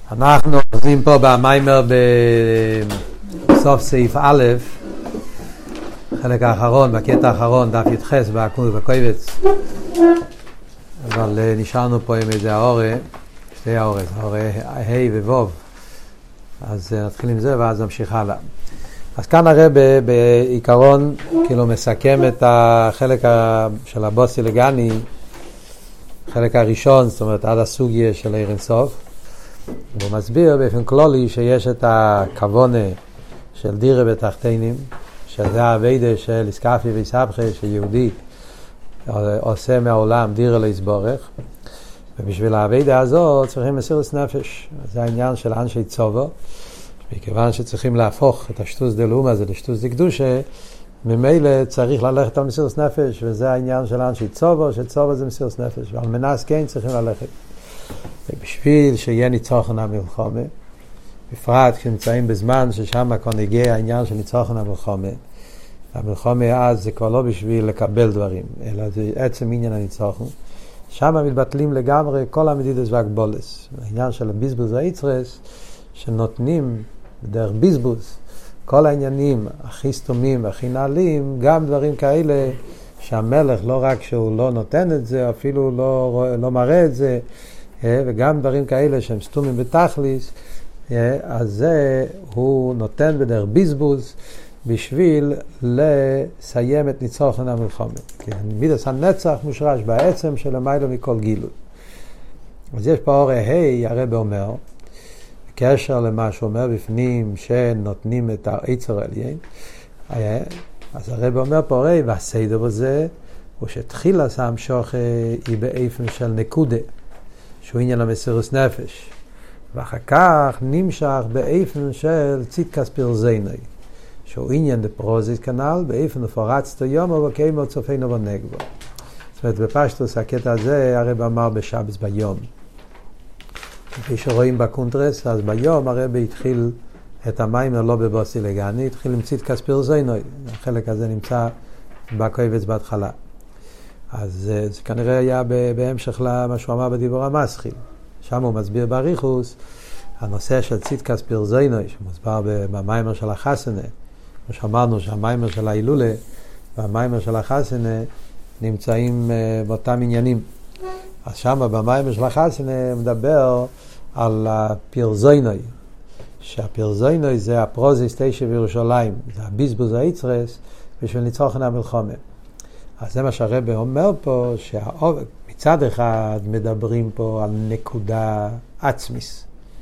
אנחנו עובדים פה במיימר בסוף סעיף א', חלק האחרון, בקטע האחרון, דף י"ח בקובץ, אבל נשארנו פה עם איזה שתי האורס, ה' וו', אז נתחיל עם זה ואז נמשיך הלאה. אז כאן הרב בעיקרון כאילו מסכם את החלק של הבוסי לגני, החלק הראשון, זאת אומרת עד הסוגיה של עיר אין סוף, והוא מסביר באופן כללי שיש את הכוונה של דירה בתחתינים, שזה העבודה של איסקפי ואיסבכי שיהודי עושה מהעולם דירה להסבורך, ובשביל העבודה הזאת צריכים מסירות נפש. זה העניין של אנשי צובו, מכיוון שצריכים להפוך את השטוס דלאום הזה לשטוס דקדושה, ממילא צריך ללכת על מסירות נפש, וזה העניין של אנשי צובו, שצובו זה מסירות נפש, ועל מנס כן צריכים ללכת. ובשביל שיהיה ניצחון המלחמה, בפרט כשנמצאים בזמן ששם כבר נגיע העניין של ניצחון המלחמה, המלחמה אז זה כבר לא בשביל לקבל דברים, אלא זה עצם עניין הניצחון. שם מתבטלים לגמרי כל המדידות והגבולס. העניין של הביזבוז והיצרס, שנותנים בדרך ביזבוז, כל העניינים הכי סתומים, הכי נעלים, גם דברים כאלה שהמלך לא רק שהוא לא נותן את זה, אפילו לא מראה את זה, וגם דברים כאלה שהם סתומים בתכליס, אז זה הוא נותן בדרך ביזבוז בשביל לסיים את ניצחון המלחמה. כי מידס הנצח מושרש בעצם של המיילו מכל גילוי. אז יש פה הרב אומר, בקשר למה שאומר בפנים שנותנים את היצר העליין, אז הרב אומר פה והסדר בזה הוא שתחילה המשוך היא באיפן של נקודה, שהוא עניין המסירות נפש, ואחר כך נמשך באיפן של צדקת פרזיני, שהוא עניין דפרוזיס כנ"ל, באיפן מפורץ תיום ובקיימו צופנו ונגבו. זאת אומרת, בפשטוס הקטע הזה הרב אמר בשבס ביום. כפי שרואים בקונטרס, אז ביום הרב התחיל את המים לא בבוסי לגני, התחיל עם צדקת פרזיני, החלק הזה נמצא בקובץ בהתחלה. אז זה כנראה היה בהמשך למה שהוא אמר בדיבור המסחיל. שם הוא מסביר באריכוס, הנושא של צדקת פרזיני, שמוסבר במיימר של החסנה, כמו שאמרנו שהמיימר של ההילולה והמיימר של החסנה נמצאים באותם עניינים. אז שם במיימר של החסנה מדבר על הפרזיני, שהפרזיני זה הפרוזיס 9 בירושלים, זה הביזבוז היצרס בשביל ניצחון המלחמה. אז זה מה שהרב אומר פה, שמצד אחד מדברים פה על נקודה עצמיס.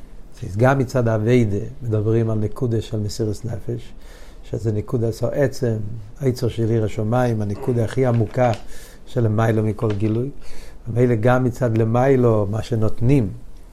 גם מצד הווידה מדברים על נקודה של מסירות נפש, שזה נקודה של עצם, היצר של עיר השמיים, הנקודה הכי עמוקה של מיילו מכל גילוי. ומילא גם מצד למיילו, מה שנותנים,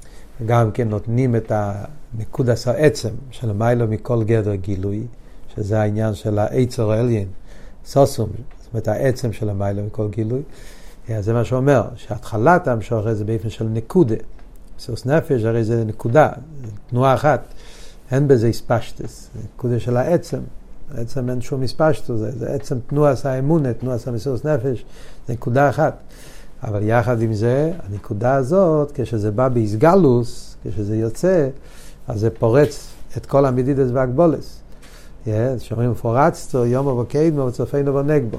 גם כן נותנים את הנקודה של עצם של מיילו מכל גדר גילוי, שזה העניין של היצר העליין, סוסום, זאת אומרת העצם של המיילו מכל גילוי. אז זה מה שאומר, שהתחלת המשוך זה באופן של נקודה. מסירות נפש הרי זה נקודה, זה תנועה אחת, אין בזה הספשטס, נקודה של העצם, העצם אין שום הספשטס, זה עצם תנועה האמונה, תנועה מסירות נפש, זה נקודה אחת. אבל יחד עם זה, הנקודה הזאת, כשזה בא בהסגלוס, כשזה יוצא, אז זה פורץ את כל המדידות והגבולס. שאומרים פורצתו, יום ובקדמו וצופנו ונגבו.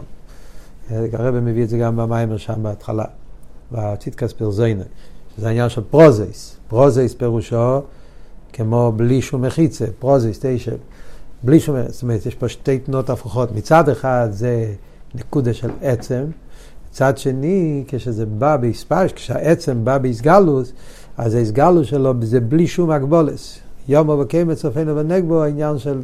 הרב מביא את זה גם במיימר שם בהתחלה, בצדקת פרזיני. זה העניין של פרוזיס. פרוזיס פירושו כמו בלי שום מחיצה. פרוזיס 9. בלי שום, זאת אומרת, יש פה שתי תנועות הפוכות. מצד אחד זה נקודה של עצם. מצד שני, כשזה בא בהספש, כשהעצם בא בהסגלוס, אז ההסגלוס שלו זה בלי שום הגבולס. יום ובקיימו צופנו ונגבו, העניין של...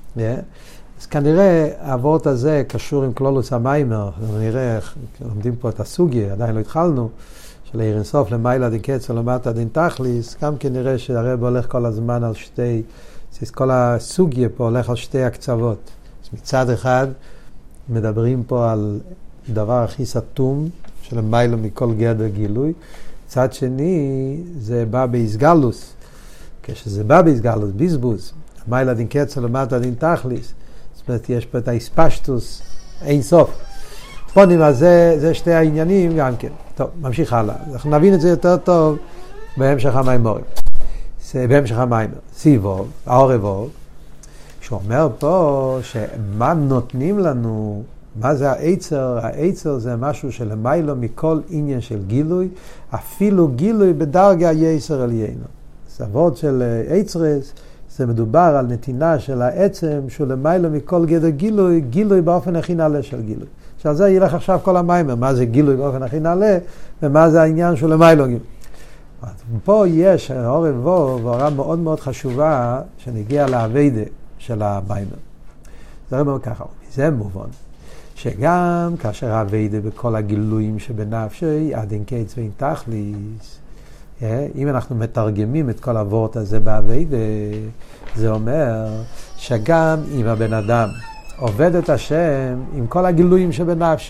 אז כנראה העבוד הזה קשור עם כלולוס המיימר. נראה איך לומדים פה את הסוגיה, עדיין לא התחלנו. של עיר אין סוף למעלה דין קץ ולמטה דין תכליס, גם כן נראה שהרב הולך כל הזמן על שתי, כל הסוגיה פה הולך על שתי הקצוות. אז מצד אחד מדברים פה על דבר הכי סתום, של למעלה מכל גדר גילוי, מצד שני זה בא בהסגלוס, כשזה בא בהסגלוס, ביזבוז, למעלה דין קץ ולמטה דין תכליס, זאת אומרת יש פה את האספשטוס אין סוף. פונים, אז זה שתי העניינים גם כן. טוב, ממשיך הלאה. אנחנו נבין את זה יותר טוב בהמשך המיימורים. בהמשך המיימר, סיבוב, העורב ווב, שאומר פה שמה נותנים לנו, מה זה העצר? העצר זה משהו שלמיילו מכל עניין של גילוי, אפילו גילוי בדרגה יסר עליינו. סבות של עצרס, זה מדובר על נתינה של העצם, שהוא למיילו מכל גדר גילוי, גילוי באופן הכי נעלה של גילוי. שעל זה ילך עכשיו כל המיימר, מה זה גילוי באופן הכי נעלה, ומה זה העניין של למיילו גילוי. פה יש העורב ווב, והוראה מאוד מאוד חשובה, שנגיע לעבודה של המיימר. זה אומר ככה, זה מובן, שגם כאשר העבודה בכל הגילויים שבנפשי, עד אין קץ ואין תכליס, אם אנחנו מתרגמים את כל הוורט הזה בעבודה, זה אומר שגם אם הבן אדם עובד את השם עם כל הגילויים שבנפשי,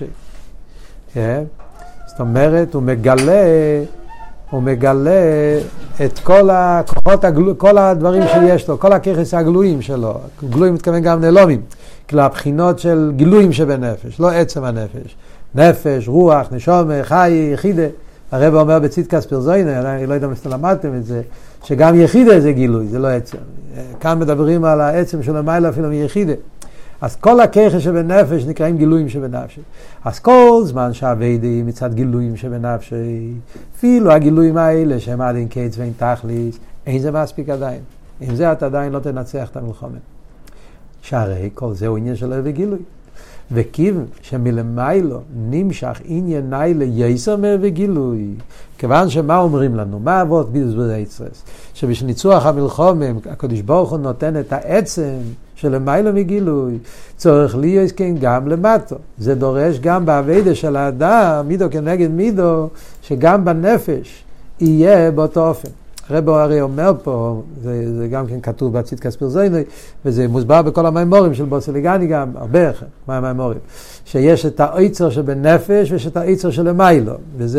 זאת אומרת, הוא מגלה את כל הכוחות, כל הדברים שיש לו, כל הכיחס הגלויים שלו. גלויים מתכוון גם נעלומים, כאילו הבחינות של גילויים שבנפש, לא עצם הנפש. נפש, רוח, נשום, חי, יחידה. הרב אומר בצדקה ספירזוינה, אני לא יודע אם אתם למדתם את זה, שגם יחידה זה גילוי, זה לא עצם. כאן מדברים על העצם של המיילה אפילו מיחידה. אז כל הכיחס שבנפש נקראים גילויים שבנפשי. אז כל זמן שהעבודה מצד גילויים שבנפשי, אפילו הגילויים האלה שהם עד אין קץ ואין תכליס, אין זה מספיק עדיין. עם זה אתה עדיין לא תנצח את המלחמה. שהרי כל זה הוא עניין של ערב וגילוי. וכיוון שמלמיילו נמשך עניין ניילה יסר מערב וגילוי, כיוון שמה אומרים לנו? מה אבות בידוס בדייצרס? שבשניצוח המלחמה הקדוש ברוך הוא נותן את העצם שלמיילו מגילוי, צורך להיות כן גם למטו. זה דורש גם בעבודה של האדם, מידו כנגד מידו, שגם בנפש יהיה באותו אופן. הרב הרי אומר פה, זה גם כן כתוב בצדקה ספירזוינה, וזה מוסבר בכל המיימורים של בוסליגני גם, הרבה מהמיימורים, שיש את העצר שבנפש ויש את העצר שלמיילו,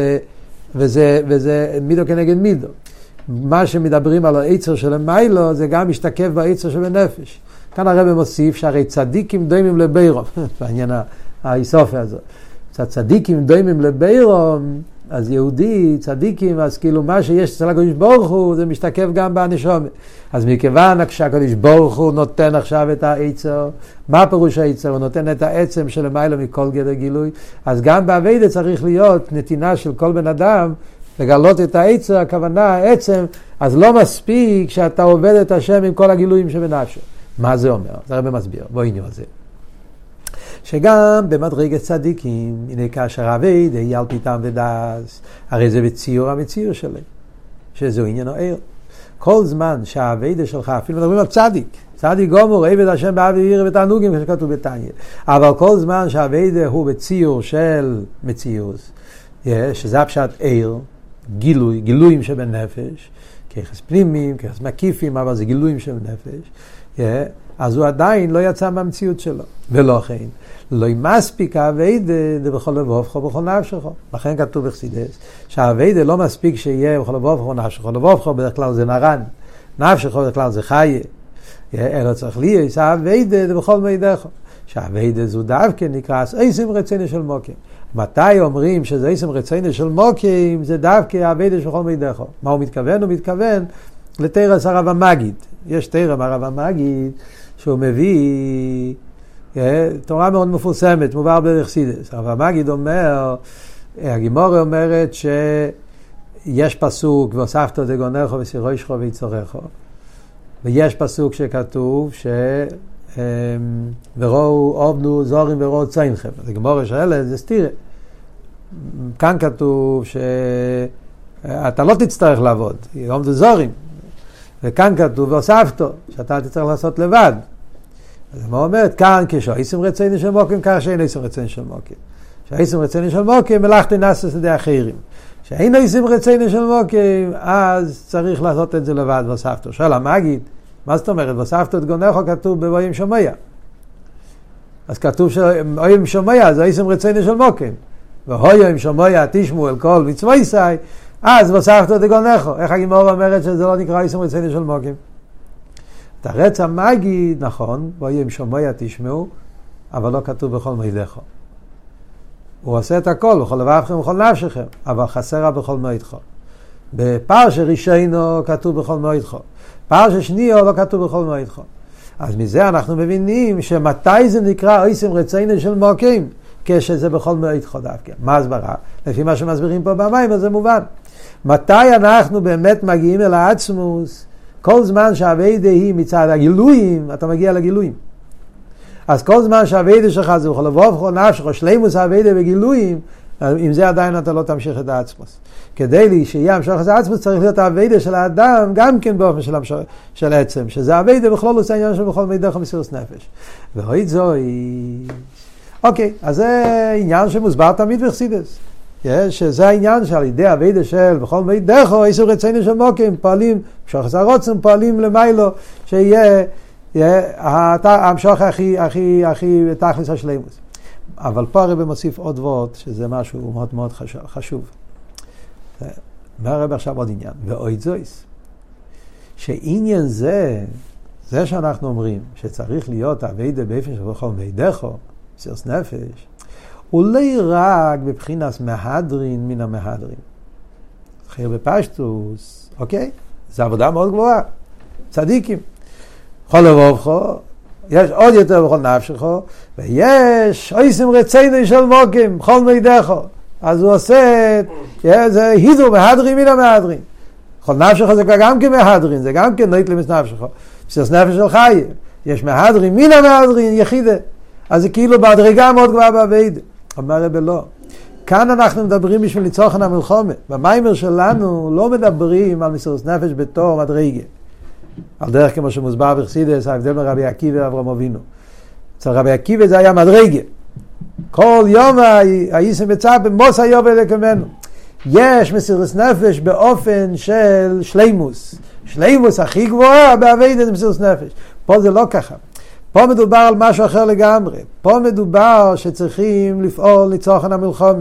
וזה מידו כנגד מידו. מה שמדברים על העצר שלמיילו, זה גם משתקף בעצר שבנפש. כאן הרב מוסיף שהרי צדיקים דומים לבירום, בעניין האיסופיה הזאת. צדיקים דומים לבירום, אז יהודי, צדיקים, אז כאילו מה שיש אצל הקדוש ברוך הוא, זה משתקף גם בנשמה. אז מכיוון שהקדוש ברוך הוא נותן עכשיו את העצר, מה פירוש העצר? הוא נותן את העצם שלמיילו מכל גדר גילוי, אז גם בעבודה צריך להיות נתינה של כל בן אדם, לגלות את העצר, הכוונה, העצם, אז לא מספיק שאתה עובד את השם עם כל הגילויים שבנפשו. מה זה אומר? זה הרבה מסביר. בואו עניין על זה. שגם במדרגת צדיקים, הנה כאשר עבודה היא על פיתם ודס, הרי זה בציור המציור שלהם, שזהו עניין העיר. כל זמן שהעבודה שלך, אפילו מדברים על צדיק גומר, עבד השם באב ובעיר ותענוגים, כשכתוב בתניא. אבל כל זמן שהעבודה הוא בציור של מציאוס, שזה הפשט עיר, גילויים שבנפש, כיחס פנימיים, כיחס מקיפים, אבל זה גילויים שבנפש, אז הוא עדיין לא יצא מהמציאות שלו. ולא כן, לא מספיק העבודה בכל לבבך ובכל נפשך. לכן כתוב בחסידות, שהעבודה לא מספיק שיהיה בכל לבבך ובכל נפשך. לבבך בדרך כלל זה נרן, נפשך בדרך כלל זה חיה. אלא צריך להיות העבודה בכל מידך. שהעבודה זו דווקא נקרא עשם רצינו של מוקים. מתי אומרים שזה עשם רצינו של מוקים? זה דווקא העבודה של בכל מידך. מה הוא מתכוון? הוא מתכוון לתרס הרב המגיד. יש תרם הרב המגיד שהוא מביא תורה מאוד מפורסמת, מובהר בחסידות. הרב המגיד אומר, הגימורה אומרת שיש פסוק והוספת דגונך וסירוישך ויצורך, ויש פסוק שכתוב וראו עובנו זורים וראו ציינכם. אז הגימורה שאלה זה סתירה. כאן כתוב שאתה לא תצטרך לעבוד, עובדו זורים. וכאן כתוב והוספתו, שאתה תצטרך לעשות לבד. אז מה אומרת? כאן כשעיסם רצינו של מוקים, כך שאין עיסם רצינו של מוקים. כשעיסם רצינו של מוקים, מלאכתי נעשה שדה אחרים. כשאין עיסם רצינו של מוקים, אז צריך לעשות את זה לבד והוספתו. שואל המגיד, מה זאת אומרת? והוספתו את גונכו כתוב בבואים שומע. אז כתוב שבואים שומע, זה עיסם רצינו של מוקים. והוים שומע תשמו אל כל מצווי סי, אז והוספתו את גונכו. איך הגימורה אומרת שזה לא נקרא עיסם רצינו של מוקים? את הרץ המגיד, נכון, בואים שומע תשמעו, אבל לא כתוב בכל מידך. הוא עושה את הכל, בכל לבבכם ובכל נפשכם, אבל חסרה בכל מידך. בפרשה ראשינו כתוב בכל מועדך, פרשה שנייה לא כתוב בכל מועדך. אז מזה אנחנו מבינים שמתי זה נקרא עושים רצינו של מוקים, כשזה בכל מועדך דווקא. מה הסברה? לפי מה שמסבירים פה במים, אז זה מובן. מתי אנחנו באמת מגיעים אל העצמוס? כל זמן שהעבודה היא מצד הגילויים, אתה מגיע לגילויים. אז כל זמן שהעבודה שלך זה בכל לבוא וכל נפשך, שלמוס העבודה בגילויים, עם זה עדיין אתה לא תמשיך את העצמוס. כדי שיהיה המשוך את העצמוס צריך להיות העבודה של האדם גם כן באופן של עצם, שזה העבודה בכלול עושה העניין של בכל מידך ומסירות נפש. ואוי זוי. אוקיי, אז זה עניין שמוסבר תמיד בחסידות. שזה העניין שעל ידי העבודה של בכל מידך או איסור רצינו של מוקים, פועלים, המשוך את הרוצן, פועלים למיילו, שיהיה המשוך הכי תכלס השלמוס. אבל פה הרב מוסיף עוד וורט, שזה משהו מאוד מאוד חשוב. מה הרב עכשיו עוד עניין? ואוי זויס. שעניין זה שאנחנו אומרים, שצריך להיות עבודה באופן של בכל מידךו, מסירות נפש, הוא לא רק בבחינת מהדרין מן המהדרין. חיר בפשטוס, אוקיי? זו עבודה מאוד גבוהה. צדיקים. בכל לבבך, יש עוד יותר בכל נפשך, ויש עושים רצינו של מוקים, בכל מידך. אז הוא עושה, זה הידור, מהדרין מן המהדרין. בכל נפשך זה גם כמהדרין, זה גם כן נית למס נפשך. מסירות נפש של חי, יש מהדרין מן המהדרין, יחידה. אז זה כאילו בהדרגה מאוד גבוהה בעבודה. אומר רבי לא. כאן אנחנו מדברים בשביל לצורכן המלחמה. במיימר שלנו לא מדברים על מסירות נפש בתור מדרגה. על דרך כמו שמוסבר בחסידות, ההבדל בין רבי עקיבא ואברהם אבינו. אצל רבי עקיבא זה היה מדרגה. כל יום הייסם מצפה מוס היובל לקמנו. יש מסירות נפש באופן של שלימוס. שלימוס הכי גבוהה בעבודה זה מסירות נפש. פה זה לא ככה. פה מדובר על משהו אחר לגמרי. פה מדובר שצריכים לפעול לצורכן המלחמה.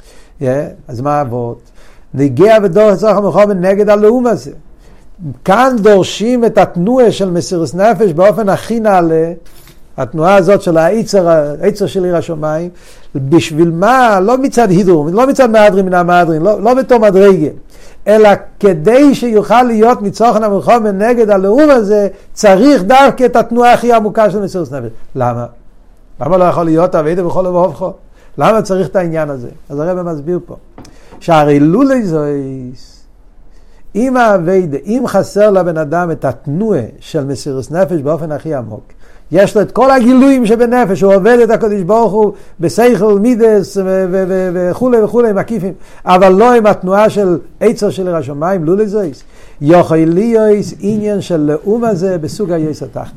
אז מה עבוד? נגיע בדור לצורך המלחמה נגד הלאום הזה. כאן דורשים את התנועה של מסירות נפש באופן הכי נעלה, התנועה הזאת של העצר של עיר השמיים, בשביל מה? לא מצד הידור, לא מצד מהדרין מן המהדרין, לא בתור מדרגה, אלא כדי שיוכל להיות מצורכן המלחמה נגד הלאום הזה, צריך דווקא את התנועה הכי עמוקה של מסירות נפש. למה? למה לא יכול להיות עבודה בכל לבבך? למה צריך את העניין הזה? אז הרב מסביר פה, שהרי לולי זויס, אם העבודה, אם חסר לבן אדם את התנועה של מסירות נפש באופן הכי עמוק, יש לו את כל הגילויים שבנפש, הוא עובד את הקדוש ברוך הוא בשכל מידס וכו' וכו' מקיפים, אבל לא עם התנועה של עצר של עיר השמיים, לא לזויס. יכול להיות עניין של לאום הזה בסוג היסר תחתון.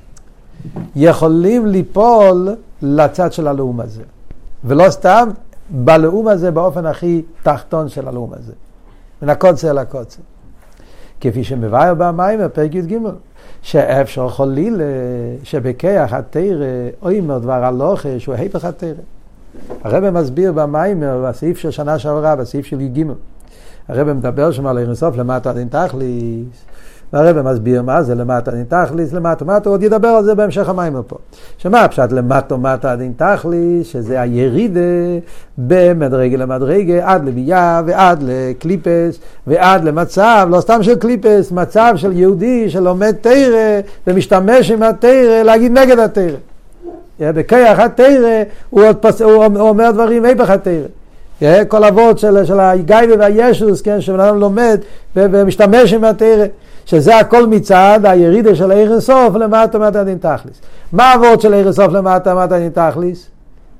יכולים ליפול לצד של הלאום הזה. ולא סתם בלאום הזה באופן הכי תחתון של הלאום הזה. מן הקוצר לקוצר. כפי שמבאר במים בפרק י"ג. שאפשר חלילה שבכיח התורה אומר דבר הלוכה שהוא היפך התורה. הרב מסביר במיימר בסעיף של שנה שעברה, בסעיף של י"ג. הרב מדבר שם על אינסוף למטה דין תכליס, והרב מסביר מה זה למטה דין תכליס, למטה מטה, עוד ידבר על זה בהמשך המיימר פה. שמה הפשט למטה דין תכליס, שזה הירידה במדרגה למדרגה, עד לבייה ועד לקליפס ועד למצב, לא סתם של קליפס, מצב של יהודי שלומד תורה ומשתמש עם התורה להגיד נגד התורה. בכיח התורה הוא אומר דברים היפך התורה. כל אבות של הגייבה והישוס, כן, שבנאדם לומד ומשתמש עם התורה, שזה הכל מצד הירידה של עיר אינסוף למטה דין תכליס. מה אבות של עיר אינסוף למטה דין תכליס?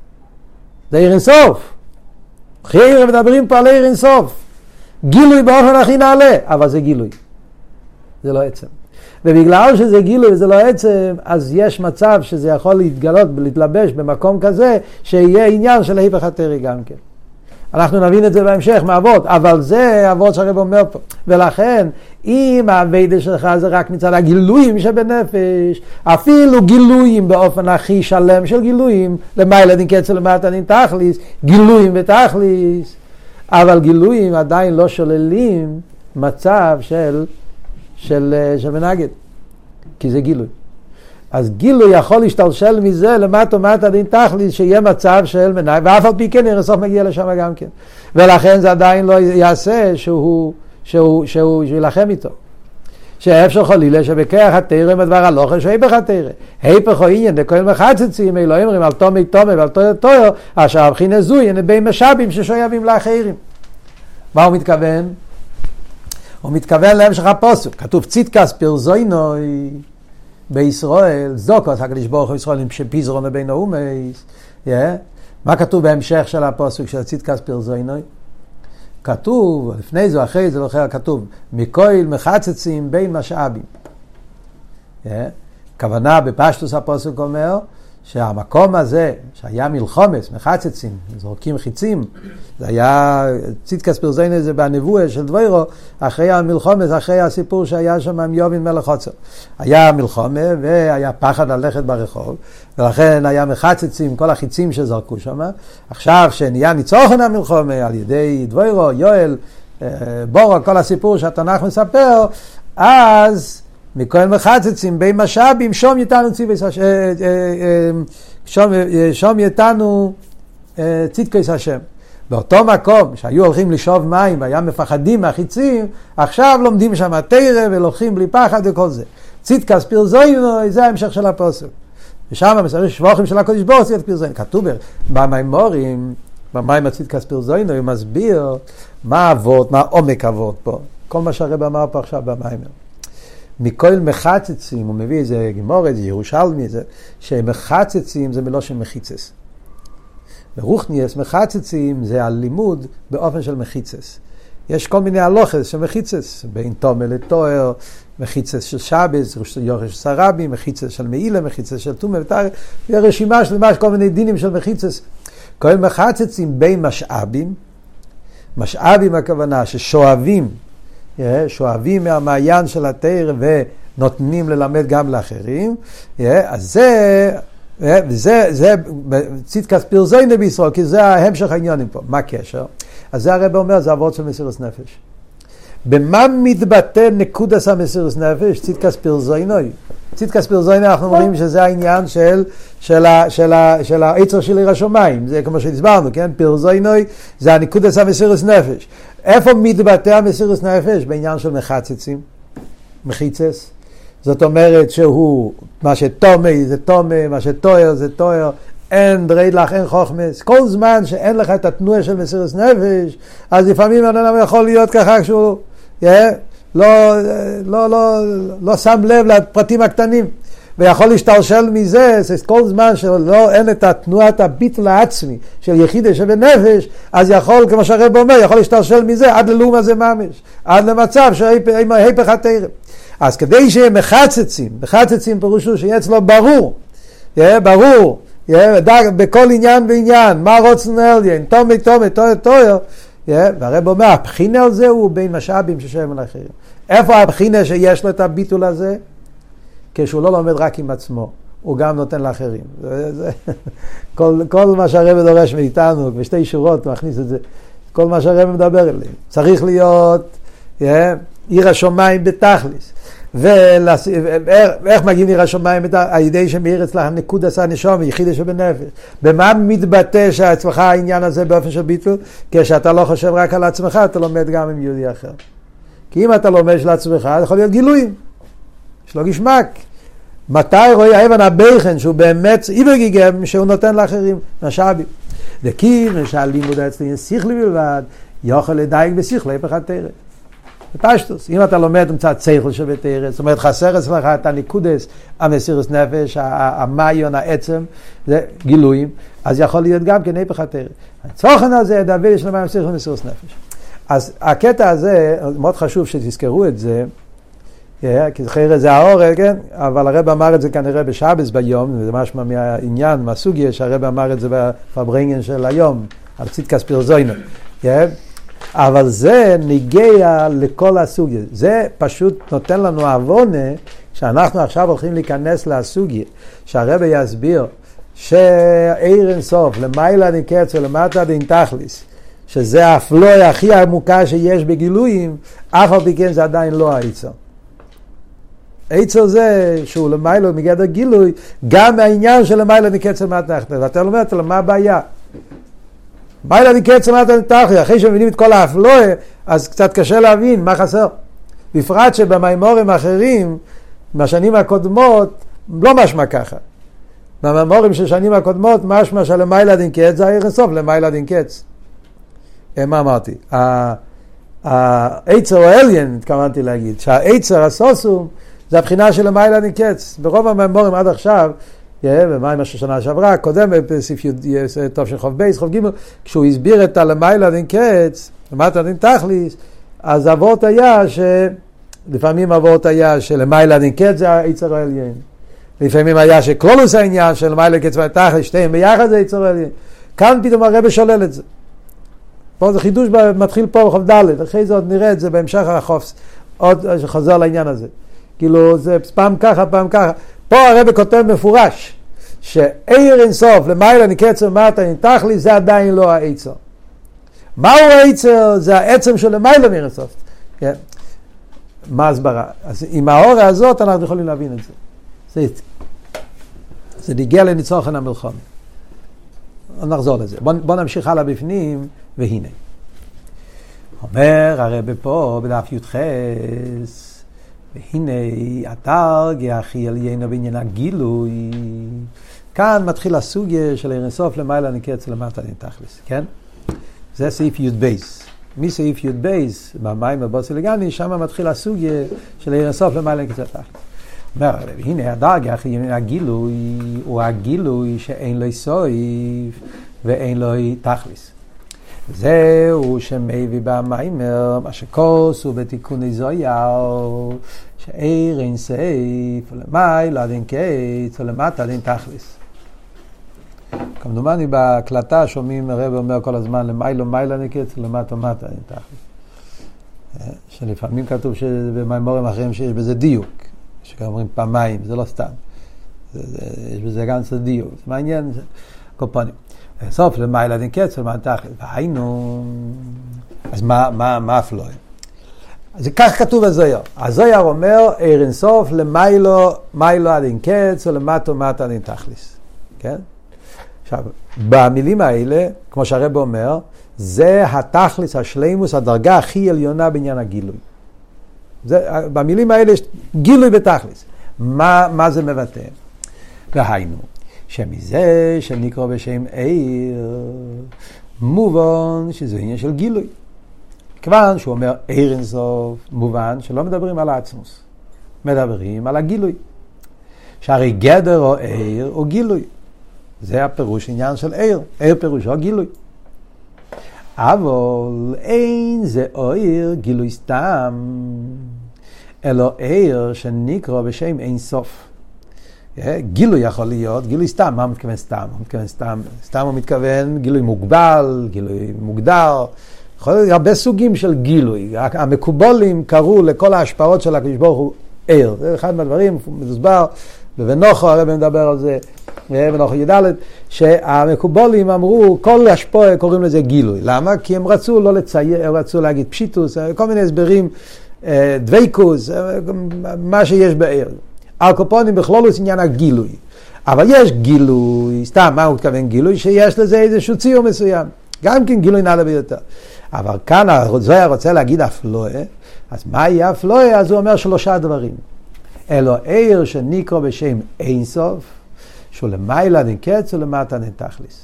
זה עיר אינסוף. חייר מדברים פה על עיר אינסוף. גילוי באופן הכי נעלה, אבל זה גילוי. זה לא עצם. ובגלל שזה גילוי וזה לא עצם, אז יש מצב שזה יכול להתגלות ולהתלבש במקום כזה, שיהיה עניין של היפך התורה גם כן. אנחנו נבין את זה בהמשך מהאבות, אבל זה אבות שהרב אומר פה. ולכן, אם העבודה שלך זה רק מצד הגילויים שבנפש, אפילו גילויים באופן הכי שלם של גילויים, למעלה דין קצר למטה דין תכליס, גילויים ותכליס, אבל גילויים עדיין לא שוללים מצב של מנגד, כי זה גילוי. אז גילוי יכול להשתלשל מזה למטה דין תכליס, שיהיה מצב של מנהג, ואף על פי כן אינסוף מגיע לשם גם כן. ולכן זה עדיין לא יעשה שהוא ילחם איתו. שאפשר חלילה שבכח התרא מדבר הלוכה שהיפך התרא. היפך או עניין דכל מחצצים אלוהים אומרים על תומי תומי ועל תויר תויר אשר הבחינה זו יהיה בין משאבים ששויבים לאחרים. מה הוא מתכוון? הוא מתכוון להמשך הפסוק. כתוב צדקס פרזוינוי בישראל, זוקוס הקדוש ברוך הוא ישראל שפיזרו מבין האומות. מה כתוב בהמשך של הפסוק של צדקס פרזוינוי? כתוב, לפני זה, אחרי זה, כתוב, מכל מחצצים בין משאבים. כוונה בפשטוס הפסוק אומר, שהמקום הזה, שהיה מלחומס, מחצצים, זורקים חיצים, זה היה, צדקס פרזוינוי זה בנבואה של דבוירו, אחרי המלחומס, אחרי הסיפור שהיה שם עם יובין מלך חוצר. היה מלחומה והיה פחד ללכת ברחוב, ולכן היה מחצצים, כל החיצים שזרקו שם. עכשיו שנהיה ניצוחן המלחומה על ידי דבוירו, יואל, בורו, כל הסיפור שהתנ"ך מספר, אז מכל מחצצים בין משאבים, שום יתנו ציוויס השם, שום יתנו צדקוס השם. באותו מקום שהיו הולכים לשאוב מים והיה מפחדים מהחיצים, עכשיו לומדים שם תורה ולוקחים בלי פחד וכל זה. צדקס פרזוינוי, זה ההמשך של הפסוק. ושם מספר שבוכים של הקדוש ברוך הוא צדקס פרזוינוי. כתוב במימורים, במים הצדקס פרזוינוי, הוא מסביר מה אבות, מה עומק אבות פה. כל מה שהרב אמר פה עכשיו במיימר. מכל מחצצים, הוא מביא איזה גמורת, זה ירושלמי, שמחצצים זה מלושן מחיצס. ברוחניאס מחצצים זה הלימוד באופן של מחיצס. יש כל מיני הלוכס של מחיצס, בין תומא לתואר, מחיצס של שבס, יורש סרבי, מחיצס של מעילה, מחיצס של תומא ותאר, רשימה שלמה, כל מיני דינים של מחיצס. כל מחצצים בין משאבים, משאבים הכוונה ששואבים, שואבים מהמעיין של התורה ונותנים ללמד גם לאחרים, אז זה צדקס פרזוינוי בישראל, כי זה ההמשך העניינים פה. מה הקשר? אז זה הרב אומר, זה עבוד של מסירות נפש. במה מתבטא נקודס המסירות נפש? צדקס פרזוינוי. צדקס פרזוינוי אנחנו אומרים שזה העניין של העצר של עיר השמיים. זה כמו שהסברנו, כן? פרזוינוי זה הנקודס המסירות נפש. איפה מתבטא המסירות נפש? בעניין של מחצצים, מחיצס. זאת אומרת שהוא, מה שתומי זה תומי, מה שתואר זה תואר, אין דרי לך, אין חוכמס. כל זמן שאין לך את התנועה של מסירות נפש, אז לפעמים אדם יכול להיות ככה כשהוא לא שם לב לפרטים הקטנים, ויכול להשתלשל מזה, כל זמן שאין את התנועת הביטול העצמי של יחידה שבנפש, אז יכול, כמו שהרב אומר, יכול להשתלשל מזה עד ללאום הזה ממש, עד למצב שהיפך התורה. אז כדי שיהיה מחצצים, מחצצים פירושו שיהיה אצלו ברור, ברור, בכל עניין ועניין, מה רוצן עליין, תומי, תומי, תואר, תואר, והרב אומר, הבחינה על זה הוא בין משאבים ששם על אחרים. איפה הבחינה שיש לו את הביטול הזה? כשהוא לא לומד רק עם עצמו, הוא גם נותן לאחרים. כל מה שהרב דורש מאיתנו, בשתי שורות הוא מכניס את זה, כל מה שהרב מדבר אליהם. צריך להיות עיר השמיים בתכליס. ואיך מגיעים עיר השמיים על ידי שמאיר אצלך נקודס הנשמה יחידה שבנפש. במה מתבטא שאצלך העניין הזה באופן של ביטול? כשאתה לא חושב רק על עצמך, אתה לומד גם עם יהודי אחר. כי אם אתה לומד של עצמך, יכול להיות גילויים. יש לו גשמק. מתי רואה האבן הבכן שהוא באמת איברגיגם שהוא נותן לאחרים משאבים. וכי שהלימוד אצלי שכלי בלבד יכול לדייק בשכלי היפך התורה. בפשטוס, אם אתה לומד קצת שכל שבתורה, זאת אומרת חסר אצלך את הנקודס המסירות נפש, המעיון, העצם, זה גילויים, אז יכול להיות גם כן היפך התורה. הצוכן הזה דבר יש למה מסירות נפש. אז הקטע הזה, מאוד חשוב שתזכרו את זה, כי אחרי זה האור, כן? אבל הרב אמר את זה כנראה בשבס ביום, זה משמע מהעניין, מהסוגיה, שהרב אמר את זה בפברנגן של היום, על צדקס פרזוינוי. אבל זה ניגע לכל הסוגיה. זה פשוט נותן לנו עוונה, שאנחנו עכשיו הולכים להיכנס לסוגיה, שהרב יסביר, שאיר אינסוף, למעלה נקץ ולמטה דין תכליס, שזה האפלואה הכי עמוקה שיש בגילויים, אף על פי כן זה עדיין לא העצר. העצר זה שהוא למעלה מגדר גילוי, גם העניין של למעלה נקץ ולמטה, ואתה אומר, מה הבעיה? מיילא דקץ למטה נתחליס, אחרי שמבינים את כל האפלואה, אז קצת קשה להבין מה חסר. בפרט שבמיימורים האחרים, מהשנים הקודמות, לא משמע ככה. במיימורים של שנים הקודמות, משמע שלמיילא דקץ, זה העיר הסוף למיילא דקץ. מה אמרתי? העצר או אליין, התכוונתי להגיד, שהעצר הסוסום, זה הבחינה של המיילא דקץ. ברוב המיימורים עד עכשיו, ומה השנה שעברה, קודם בסעיף טוב של חוב בייס, חוב גימל, כשהוא הסביר את הלמיילא דקץ, למטה דתכליס, אז אבות היה לפעמים אבות היה שלמיילא דקץ זה העצר או אליין. לפעמים היה שכלולוס העניין של מיילא דקץ ותכליס, שתיהם ביחד זה העצר או אליין. כאן פתאום הרב שולל את זה. פה זה חידוש מתחיל פה בחוב ד', אחרי זה עוד נראה את זה בהמשך החוף, עוד שחוזר לעניין הזה. כאילו זה פעם ככה, פעם ככה. פה הרב כותב מפורש, שאיר אינסוף למיילא דקץ למטה נתכליס זה עדיין לא העצר. מהו העצר? זה העצם של למיילא מאינסוף. כן? מה הסברה? אז עם האורה הזאת אנחנו יכולים להבין את זה. זה נגיע לניצוחן המלחמה. נחזור לזה. בוא נמשיך הלאה בפנים, והנה. אומר הרב פה בדף י"ח, והנה התרגיע הכי עליינו בעניין הגילוי. כאן מתחיל הסוגיה של אינסוף למיילא נקץ למטה נתכליס, כן? זה סעיף י' בייס. מסעיף י' בייס, במים בבוסי לגני, שם מתחיל הסוגיה של אינסוף למיילא נקץ לתכליס. אומר הרב, הנה הדרגה הכי עליינו הגילוי, הוא הגילוי שאין לו סויף ואין לו תכליס. זהו שמביא במיימר, מה שכוס הוא בתיקוני זויר, שאיר אין סייף, ולמיילא דקץ, ולמטה דין תכליס. כמדומני בהקלטה שומעים הרב אומר כל הזמן, למיילא נקץ, ולמטה דין תכליס. שלפעמים כתוב שבמיימורים אחרים שיש בזה דיוק, שאומרים פעמיים, זה לא סתם. יש בזה גם דיוק. זה מעניין, קופונים. סוף למיילא דקץ ולמטה תכליס. והיינו, אז מה אפלואה? אז כך כתוב בזויר. הזויר אומר, עיר אינסוף למיילא דקץ ולמטה דין תכליס. כן? עכשיו, במילים האלה, כמו שהרב אומר, זה התכליס, השלימוס, הדרגה הכי עליונה בעניין הגילוי. במילים האלה יש גילוי בתכליס. מה זה מבטא? והיינו, שמזה שנקרא בשם עיר, מובן שזה עניין של גילוי. כיוון שהוא אומר עיר אינסוף, מובן שלא מדברים על העצמוס. מדברים על הגילוי. שהרי גדר או עיר או גילוי. זה הפירוש עניין של עיר. עיר פירוש או גילוי. אבל אין זה עיר גילוי סתם, אלא עיר שנקרא בשם אין סוף. גילוי יכול להיות, גילוי סתם, מה מתכוון סתם? סתם הוא מתכוון גילוי מוגבל, גילוי מוגדר, יכול להיות הרבה סוגים של גילוי. המקובולים קראו לכל ההשפעות של הקדוש ברוך הוא עיר. זה אחד מהדברים, מוסבר, ובנוחו הרב מדבר על זה, בנוחו י"ד, שהמקובולים אמרו, כל השפוע קוראים לזה גילוי. למה? כי הם רצו לא לצייר, הם רצו להגיד פשיטוס, כל מיני הסברים, דוויקוס, מה שיש בעיר. הקופונים בכלולוס עניין הגילוי. אבל יש גילוי, סתם, מה הוא מתכוון גילוי? שיש לזה איזשהו ציור מסוים. גם כן גילוי נעלה ביותר. אבל כאן הזוהר רוצה להגיד אפלואה, אז מה יהיה אפלואה? אז הוא אומר 3 דברים. אלו עיר שנקרא בשם אין סוף, שהוא למיילא דקץ ולמטה דין תכליס.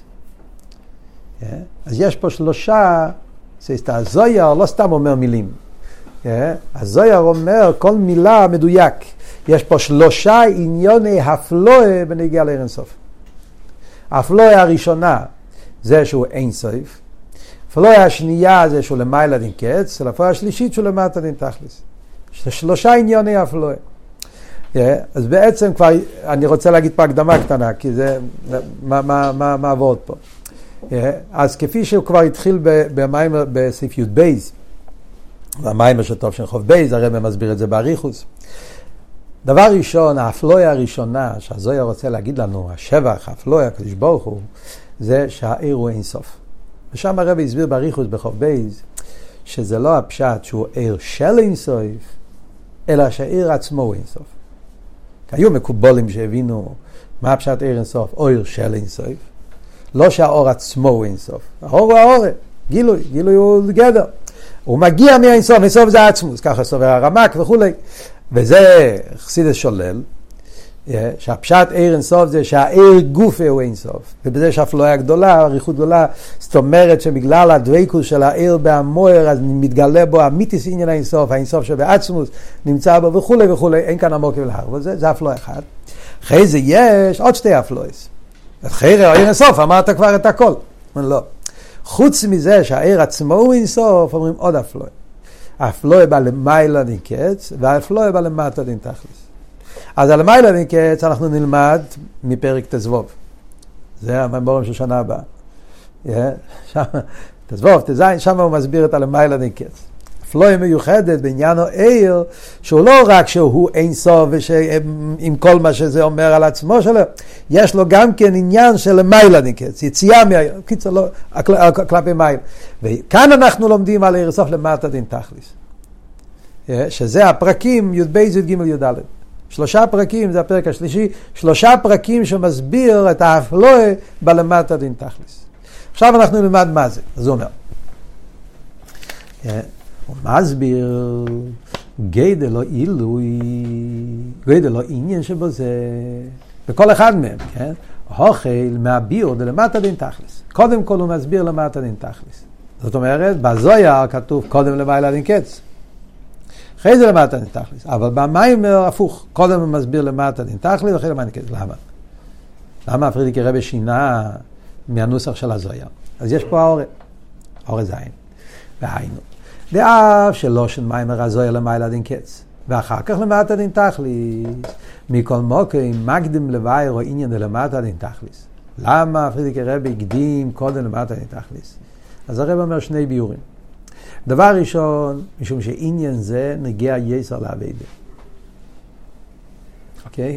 אז יש פה 3, הזוהר לא סתם אומר מילים. הזוהר אומר כל מילה מדויק. יש פה 3 עניוני הפלואה בנגיע לעיר אין סוף. הפלואה הראשונה זה שהוא אין סוף. הפלואה השנייה זה שהוא למיילא דין קץ, והפלואה השלישית שהוא למטה דין תכליס. 3 עניוני הפלואה. אז בעצם כבר, אני רוצה להגיד פה הקדמה קטנה, כי זה, מה עבוד פה. אז כפי שהוא כבר התחיל במיימר בסעיף י' בייס, והמיימר שטוב של חוב בייס, הרב מסביר את זה באריכוס. דבר ראשון, האפלואה הראשונה שהזוהר רוצה להגיד לנו, השבח, האפלואה, הקדוש ברוך הוא, זה שהעיר הוא אין סוף. ושם הרב הסביר באריכוס בחוב בייס, שזה לא הפשט שהוא עיר של אין סוף, אלא שהעיר עצמו הוא אין סוף. כי היו מקובולים שהבינו מה הפשט עיר אין סוף, או עיר של אין סוף. לא שהאור עצמו הוא אינסוף. האור הוא האור, גילוי הוא גדר. הוא מגיע מהאינסוף, אינסוף זה העצמוס, ככה סובר הרמק וכולי. וזה חסידס שולל, שהפשט עיר אינסוף זה שהעיר גופה הוא אינסוף. ובזה שהאפלואה גדולה, אריכות גדולה, זאת אומרת שבגלל הדבקות של העיר בהמוער, אז מתגלה בו המיתיס עניין האינסוף, האינסוף שבעצמוס נמצא בו וכולי וכולי, אין כאן עמוק ולהר. זה אפלואה אחד. אחרי זה יש עוד שתי אפלואות. אחרי העיר אינסוף, אמרת כבר את הכל. לא. חוץ מזה שהעיר עצמו הוא אינסוף, אומרים עוד אפלואה. האפלואה בא למעלה נקץ, והאפלואה בא למטה דין תכלס. אז על המעלה נקץ אנחנו נלמד מפרק תזבוב. זה המאמרים של שנה הבאה. תזבוב, תזין, שם הוא מסביר את על המעלה נקץ. אפלואה מיוחדת בעניין העיר, שהוא לא רק שהוא אין סוף, עם כל מה שזה אומר על עצמו שלו, יש לו גם כן עניין של מעלה נקץ, יציאה מהעיר, קיצר לא, כלפי מעלה. וכאן אנחנו לומדים על העיר סוף למטה דין תכלס. שזה הפרקים י' ב' י' ג' י' ד'. 3 פרקים, זה הפרק השלישי, 3 פרקים שמסביר את האפלואה בלמטה דין תכלס. עכשיו אנחנו נלמד מה זה. אז הוא אומר. הוא מסביר גדל לא עילוי, גדל לא עניין שבו זה, בכל אחד מהם, כן? הוכל מהביור דלמטה דין תכלס. קודם כל הוא מסביר למטה דין תכלס. זאת אומרת, בזויה כתוב קודם למעלה דין קץ. אחרי זה למטה דין תכלס. אבל במיימר הפוך, קודם הוא מסביר למטה דין תכלס, אחרי למטה דין קץ. למה? למה הפרידיקי רבי שינה מהנוסח של הזויה? אז יש פה האור זין. והיינו. ואף שלא של מיימר הזויה למעלה דין קץ. ואחר כך למטה דין תכלס. מכל מוקרים מקדים לבאר או עניין למטה דין תכלס. למה הפרידיקי רבי הקדים קודם למטה דין תכלס? אז הרב אומר 2 ביורים. דבר ראשון, משום שעניין זה נגיע יסר לעבודה. אוקיי?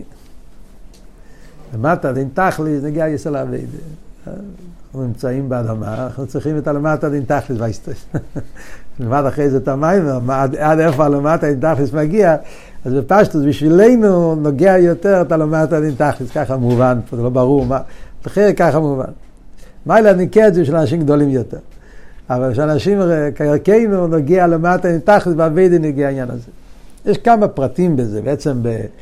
למטה דין תכלס נגיע יסר לעבודה. אנחנו נמצאים באדמה, אנחנו צריכים את הלמטה דין תכלס והסטרס. נלמד אחרי זה את המיימר, עד איפה הלמטה דין תכלס מגיע, אז בפשטוס בשבילנו נוגע יותר את הלמטה דין תכלס, ככה מובן, זה לא ברור מה, אחרי ככה מובן. מיילה ניקד זה של אנשים גדולים יותר. אבל כשאנשים כערכנו נוגע למטה דין תכלס, בעבודה נגיע העניין הזה. יש כמה פרטים בזה, בעצם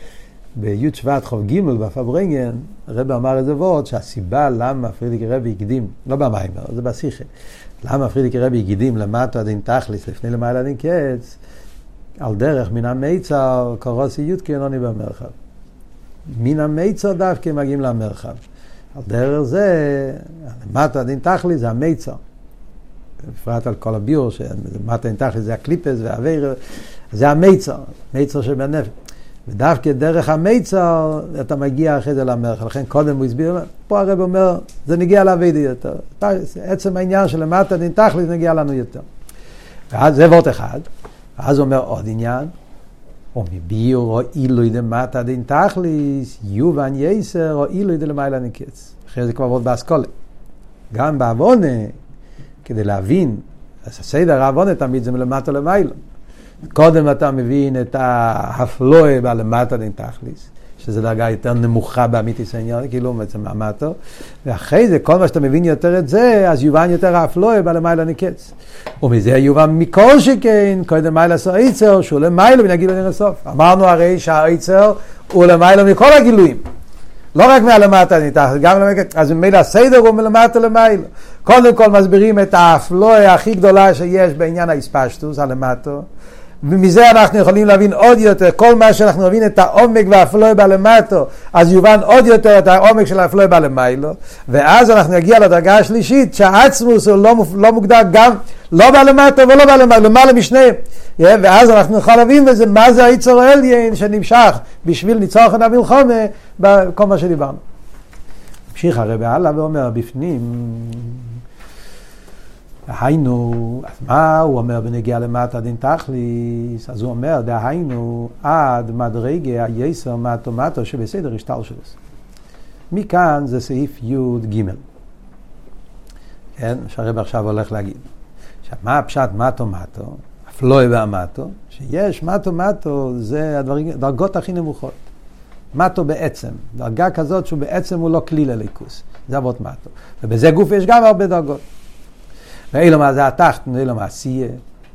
בי' שבט חוב ג' בפברנגן, הרב אמר איזה וורט, שהסיבה למה פרידיקי רבי הקדים, לא במיימר, זה בשיחה, למה פרידיקי רבי הקדים למטה דין תכלס לפני למעלה דין קץ, על דרך מן המיצר קורוסי יודקי נוני במרחב. מן המיצר דווקא מגיעים למרחב. על דרך זה, למטה דין תכלס זה המיצר. בפרט על כל הביור, שלמטה דין תכלס זה הקליפס והאוויר, זה המיצר, מיצר שבנפש. ודווקא דרך המיצר אתה מגיע אחרי זה למרחב. לכן קודם הוא הסביר, פה הרב אומר, זה נגיע לעבודה יותר. עצם העניין של למטה דין תכלס נגיע לנו יותר. ואז זה וורט אחד. ואז הוא אומר עוד עניין, או מביור או אילוי למטה דין תכלס, יובן יסר או אילוי דלמעלה נקץ. אחרי זה כבר וורט באסכולה. גם בעוונה, כדי להבין, אז הסדר העוונה תמיד זה מלמטה למעלה. קודם אתה מבין את האפלואה בלמטה דין תכלס, שזו דרגה יותר נמוכה באמיתיס העניין, כאילו בעצם מהמטו, ואחרי זה, כל מה שאתה מבין יותר את זה, אז יובן יותר האפלואה בלמעלה נקץ. ומזה יובן מכל שכן, קודם מיילה עשו עיצר, שהוא למעלה מן הגילוי לנסוף. אמרנו הרי שהעיצר הוא למעלה מכל הגילויים. לא רק מהלמטה דין תכלס, גם למעלה, אז ממילא הסדר הוא מלמטה למעלה. קודם כל מסבירים את האפלואה הכי גדולה שיש בעניין האספשטוס, הלמטו, ומזה אנחנו יכולים להבין עוד יותר, כל מה שאנחנו נבין את העומק והאפלואה בלמטו, אז יובן עוד יותר את העומק של האפלואה בלמיילו, ואז אנחנו נגיע לדרגה השלישית, שהעצמוס הוא לא מוגדר גם, לא בלמטו ולא בלמיילו, למעלה משניהם. ואז אנחנו נוכל להבין בזה, מה זה היצר העליון שנמשך בשביל ניצחון המלחמה, בכל מה שדיברנו. המשיך הרב הלאה ואומר בפנים, היינו, אז מה הוא אומר בנגיע למטה דין תכלס? אז הוא אומר, דהיינו עד מדרגה היסר מטו שבסדר השטל שלו. מכאן זה סעיף י' ג'. כן, שהרב עכשיו הולך להגיד. עכשיו, מה הפשט מטו? אפלואה והמטו, שיש מטו זה הדרגות הכי נמוכות. מטו בעצם, דרגה כזאת שהוא בעצם הוא לא כלי לליכוס, זה אבות מטו, ובזה גוף יש גם הרבה דרגות. ואילו זה התחתן, ואילו עשייה,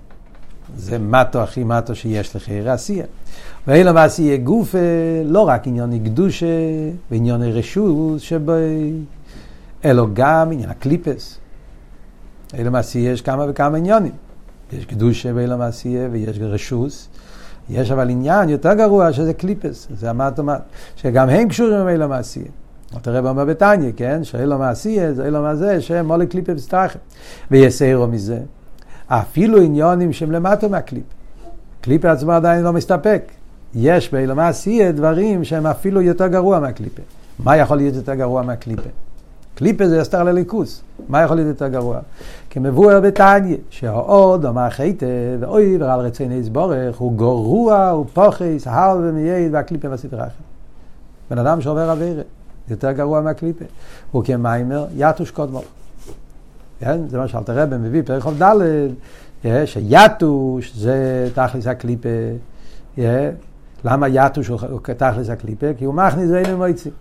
זה מטו הכי מטו שיש לחייר עשייה. ואילו עשייה גוף לא רק עניין קדושה ועניין רשות שבו, אלא גם עניין הקליפס. ואילו עשייה יש כמה וכמה עניינים. יש קדושה ואילו עשייה ויש רשות. יש אבל עניין יותר גרוע שזה קליפס, זה המטו מטו, שגם הם קשורים ואילו עשייה. תראה במה בתניא, כן? שאילו מעשייה, זה אילו מה זה, שהם מולי קליפה וסתרחה. ויסיירו מזה, אפילו עניונים שהם למטו מהקליפה. קליפה עצמה עדיין לא מסתפק. יש באילו מעשייה דברים שהם אפילו יותר גרוע מהקליפה. מה יכול להיות יותר גרוע מהקליפה? קליפה זה יסתר לליכוס. מה יכול להיות יותר גרוע? כמבואר בתניא, שהעוד אמר חייטה, ואוי ורל רציני יסבורך, הוא גרוע, הוא פוחס, הר ומייד, והקליפה וסתרחה. בן אדם שעובר עבירה. יותר גרוע מהקליפה. הוא כמיימר, יתוש קודמו. זה מה שאלת הרב מביא, פרק חוב ד' שיתוש זה תכלס הקליפה. למה יתוש הוא תכלס הקליפה? כי הוא מכניס ואין מויצי.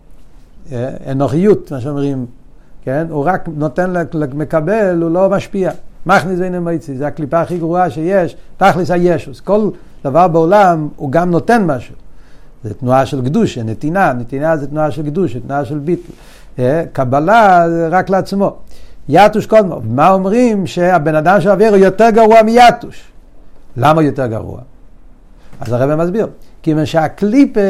אנוכיות, מה שאומרים, הוא רק נותן מקבל, הוא לא משפיע. מכניס ואין מויצי, זה הקליפה הכי גרועה שיש, תכלס הישוס. כל דבר בעולם הוא גם נותן משהו. זה תנועה של קדושה, נתינה זה תנועה של קדושה, תנועה של ביטל. קבלה זה רק לעצמו. יתוש קודמו. מה אומרים? שהבן אדם שעבר הוא יותר גרוע מיתוש. למה יותר גרוע? אז הרב מסביר. כי מה שהקליפה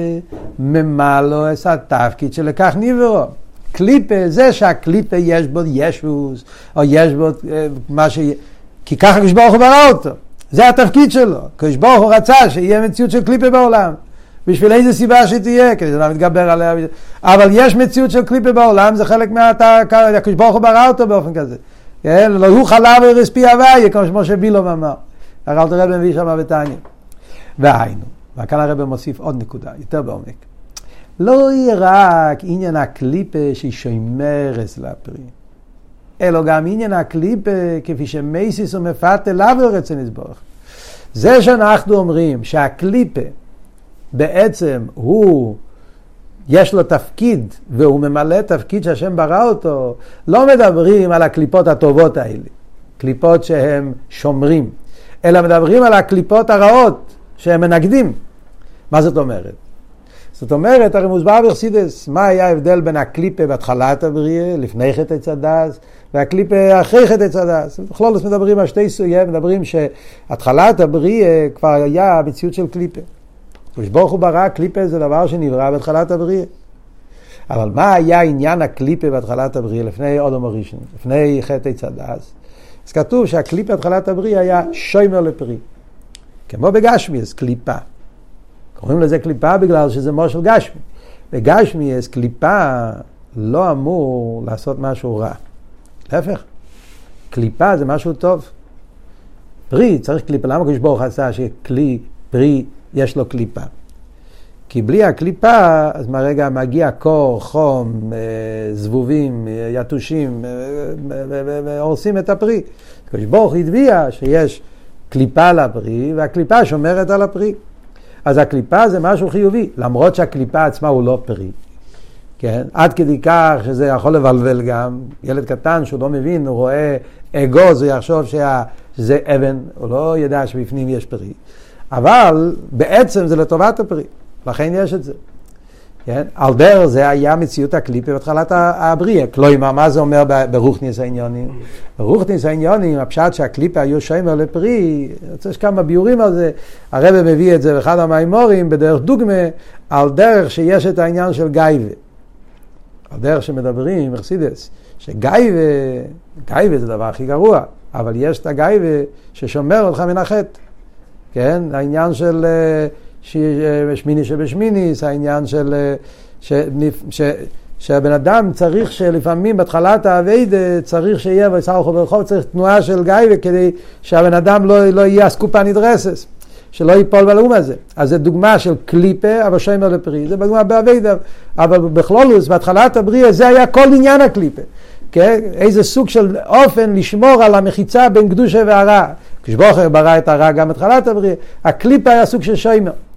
ממלא את התפקיד שלקח ניברו. קליפה זה שהקליפה יש בו ישוס, או יש בו מה ש... כי ככה הקדוש ברוך הוא ברא אותו. זה התפקיד שלו. הקדוש ברוך הוא רצה שיהיה מציאות של קליפה בעולם. בשביל איזה סיבה שתהיה, כדי שלא מתגבר עליה. אבל יש מציאות של קליפה בעולם, זה חלק הקדוש ברוך הוא ברא אותו באופן כזה. לא הוא חלב ורספי הוויה, כמו שבילום אמר. הרב הרב מביא שם בתניא. והיינו, וכאן הרב מוסיף עוד נקודה, יותר בעומק. לא יהיה רק עניין הקליפה שהיא שומרת לפרי, אלא גם עניין הקליפה כפי שמייסיס ומפתה לאו רצון יסבורך. זה שאנחנו אומרים שהקליפה בעצם יש לו תפקיד, והוא ממלא תפקיד שהשם ברא אותו, לא מדברים על הקליפות הטובות האלה, קליפות שהם שומרים, אלא מדברים על הקליפות הרעות שהם מנגדים. מה זאת אומרת? זאת אומרת, הרי מוסבר בחסידות, מה היה ההבדל בין הקליפה בהתחלת הבריאה, לפני חטא עץ הדס, והקליפה אחרי חטא עץ הדס? בכלל מדברים על שתי סוגים, מדברים שהתחלת הבריאה כבר היה מציאות של קליפה. הקדוש ברוך הוא ברא, קליפה זה דבר שנברא בהתחלת הבריאה. אבל מה היה עניין הקליפה בהתחלת הבריאה, לפני אדם הראשון, לפני חטא עץ הדס? אז כתוב שהקליפה בהתחלת הבריאה היה שוימר לפרי. כמו בגשמי, אז קליפה. קוראים לזה קליפה בגלל שזה מושל גשמי. בגשמי, אז קליפה לא אמור לעשות משהו רע. להפך, קליפה זה משהו טוב. פרי, צריך קליפה. למה הקדוש ברוך הוא עשה שכלי, פרי, יש לו קליפה? כי בלי הקליפה, אז מהרגע מגיע קור, חום, זבובים, יתושים, והורסים את הפרי. הקדוש ברוך הוא הדביע שיש קליפה לפרי, והקליפה שומרת על הפרי. אז הקליפה זה משהו חיובי, למרות שהקליפה עצמה הוא לא פרי. כן? עד כדי כך שזה יכול לבלבל גם. ילד קטן שהוא לא מבין, הוא רואה אגוז, הוא יחשוב שזה אבן, הוא לא ידע שבפנים יש פרי. אבל בעצם זה לטובת הפרי, לכן יש את זה. כן? על דרך זה היה מציאות הקליפה בהתחלת הבריאה. כלומר, מה זה אומר ברוחניס העניונים? ברוחניס העניונים, הפשט שהקליפה היו שומר לפרי, יש כמה ביורים על זה, הרב מביא את זה באחד המיימורים, בדרך דוגמה, על דרך שיש את העניין של גייבה. על דרך שמדברים, מרסידס, גייבה זה דבר הכי גרוע, אבל יש את הגייבה ששומר אותך מן החטא. כן? העניין של שמיני שבשמיניס, העניין שהבן אדם צריך שלפעמים בהתחלת העבודה צריך שיהיה ויסרחו ברחוב, צריך תנועה של גייבה כדי שהבן אדם לא יהיה אסקופה נדרסס, שלא ייפול בלאום הזה. אז זה דוגמה של קליפה, אבל שומר לפרי, זה דוגמה בעבודה, אבל בכלולוס, בהתחלת הבריאה, זה היה כל עניין הקליפה. כן? איזה סוג של אופן לשמור על המחיצה בין קדושה והרע. כשברוך הוא ברא את הרע גם בהתחלת הבריאה, הקליפה היה סוג של שומר.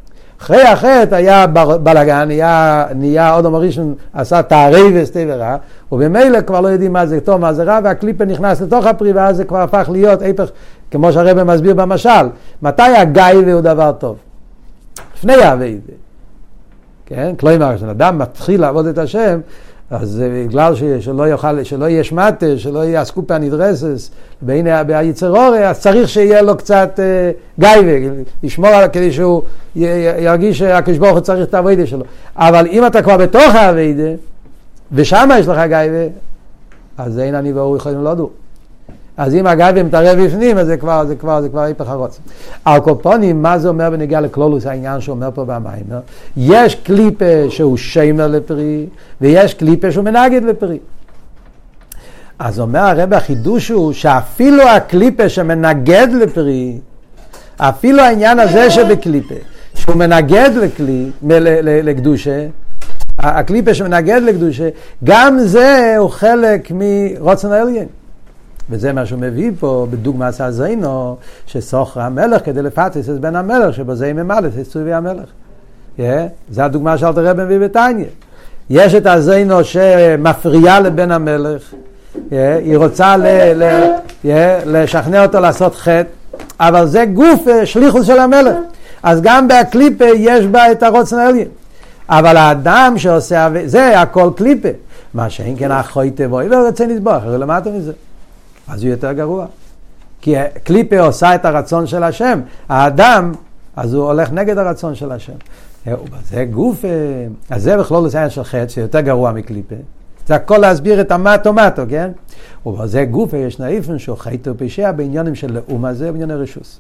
אחרי החטא היה בלגן, נהיה אודום הראשון, עשה תערבס, תברה, ובמילא כבר לא יודעים מה זה טוב, מה זה רע, והקליפה נכנס לתוך הפרי, ואז זה כבר הפך להיות היפך, כמו שהרבא מסביר במשל. מתי הגייבה הוא דבר טוב? לפני העבודה. כן? כלומר, כשאדם מתחיל לעבוד את השם, אז בגלל שלא יהיה שמטה, שלא יהיה אסקופה נדרסס, ביצר אורי, אז צריך שיהיה לו קצת גייבה, לשמור עליו כדי שהוא ירגיש שהקדוש ברוך הוא צריך את העבודה שלו. אבל אם אתה כבר בתוך העבודה, ושם יש לך גייבה, אז אין אני והוא יכולים לא דור. אז אם הגייבה מתערב בפנים, אז זה כבר היפך הרוצן. על קופונים, מה זה אומר בנגיעה לכלולוס, העניין שאומר פה במים? יש קליפה שהוא שיימר לפרי, ויש קליפה שהוא מנגד לפרי. אז אומר הרב החידוש הוא שאפילו הקליפה שמנגד לפרי, אפילו העניין הזה שבקליפה, שהוא מנגד לקדושה, הקליפה שמנגד לקדושה, גם זה הוא חלק מרוצן העליין. וזה מה שהוא מביא פה בדוגמה הזינו, שסוחר המלך כדי לפתס את בן המלך, שבו זה ממלך, את צווי המלך. זה הדוגמה שאלת הרב מביא בתניא. יש את הזינו שמפריעה לבן המלך, היא רוצה לשכנע אותו לעשות חטא, אבל זה גוף שליחוס של המלך. אז גם בהקליפה יש בה את הרוצן העליין. אבל האדם שעושה, זה הכל קליפה. מה שאין כן אחוי תבואי, לא רוצה לסבוח, הרי למטה מזה. אז הוא יותר גרוע. כי קליפה עושה את הרצון של השם. האדם, אז הוא הולך נגד הרצון של השם. זה גוף, אז זה בכלול לציין של חטא, שיותר גרוע מקליפה. זה הכל להסביר את המטו, כן? ובזה גוף יש נאיפן שהוא חטא ופשע בעניינים של לאום הזה, בענייני רשוס.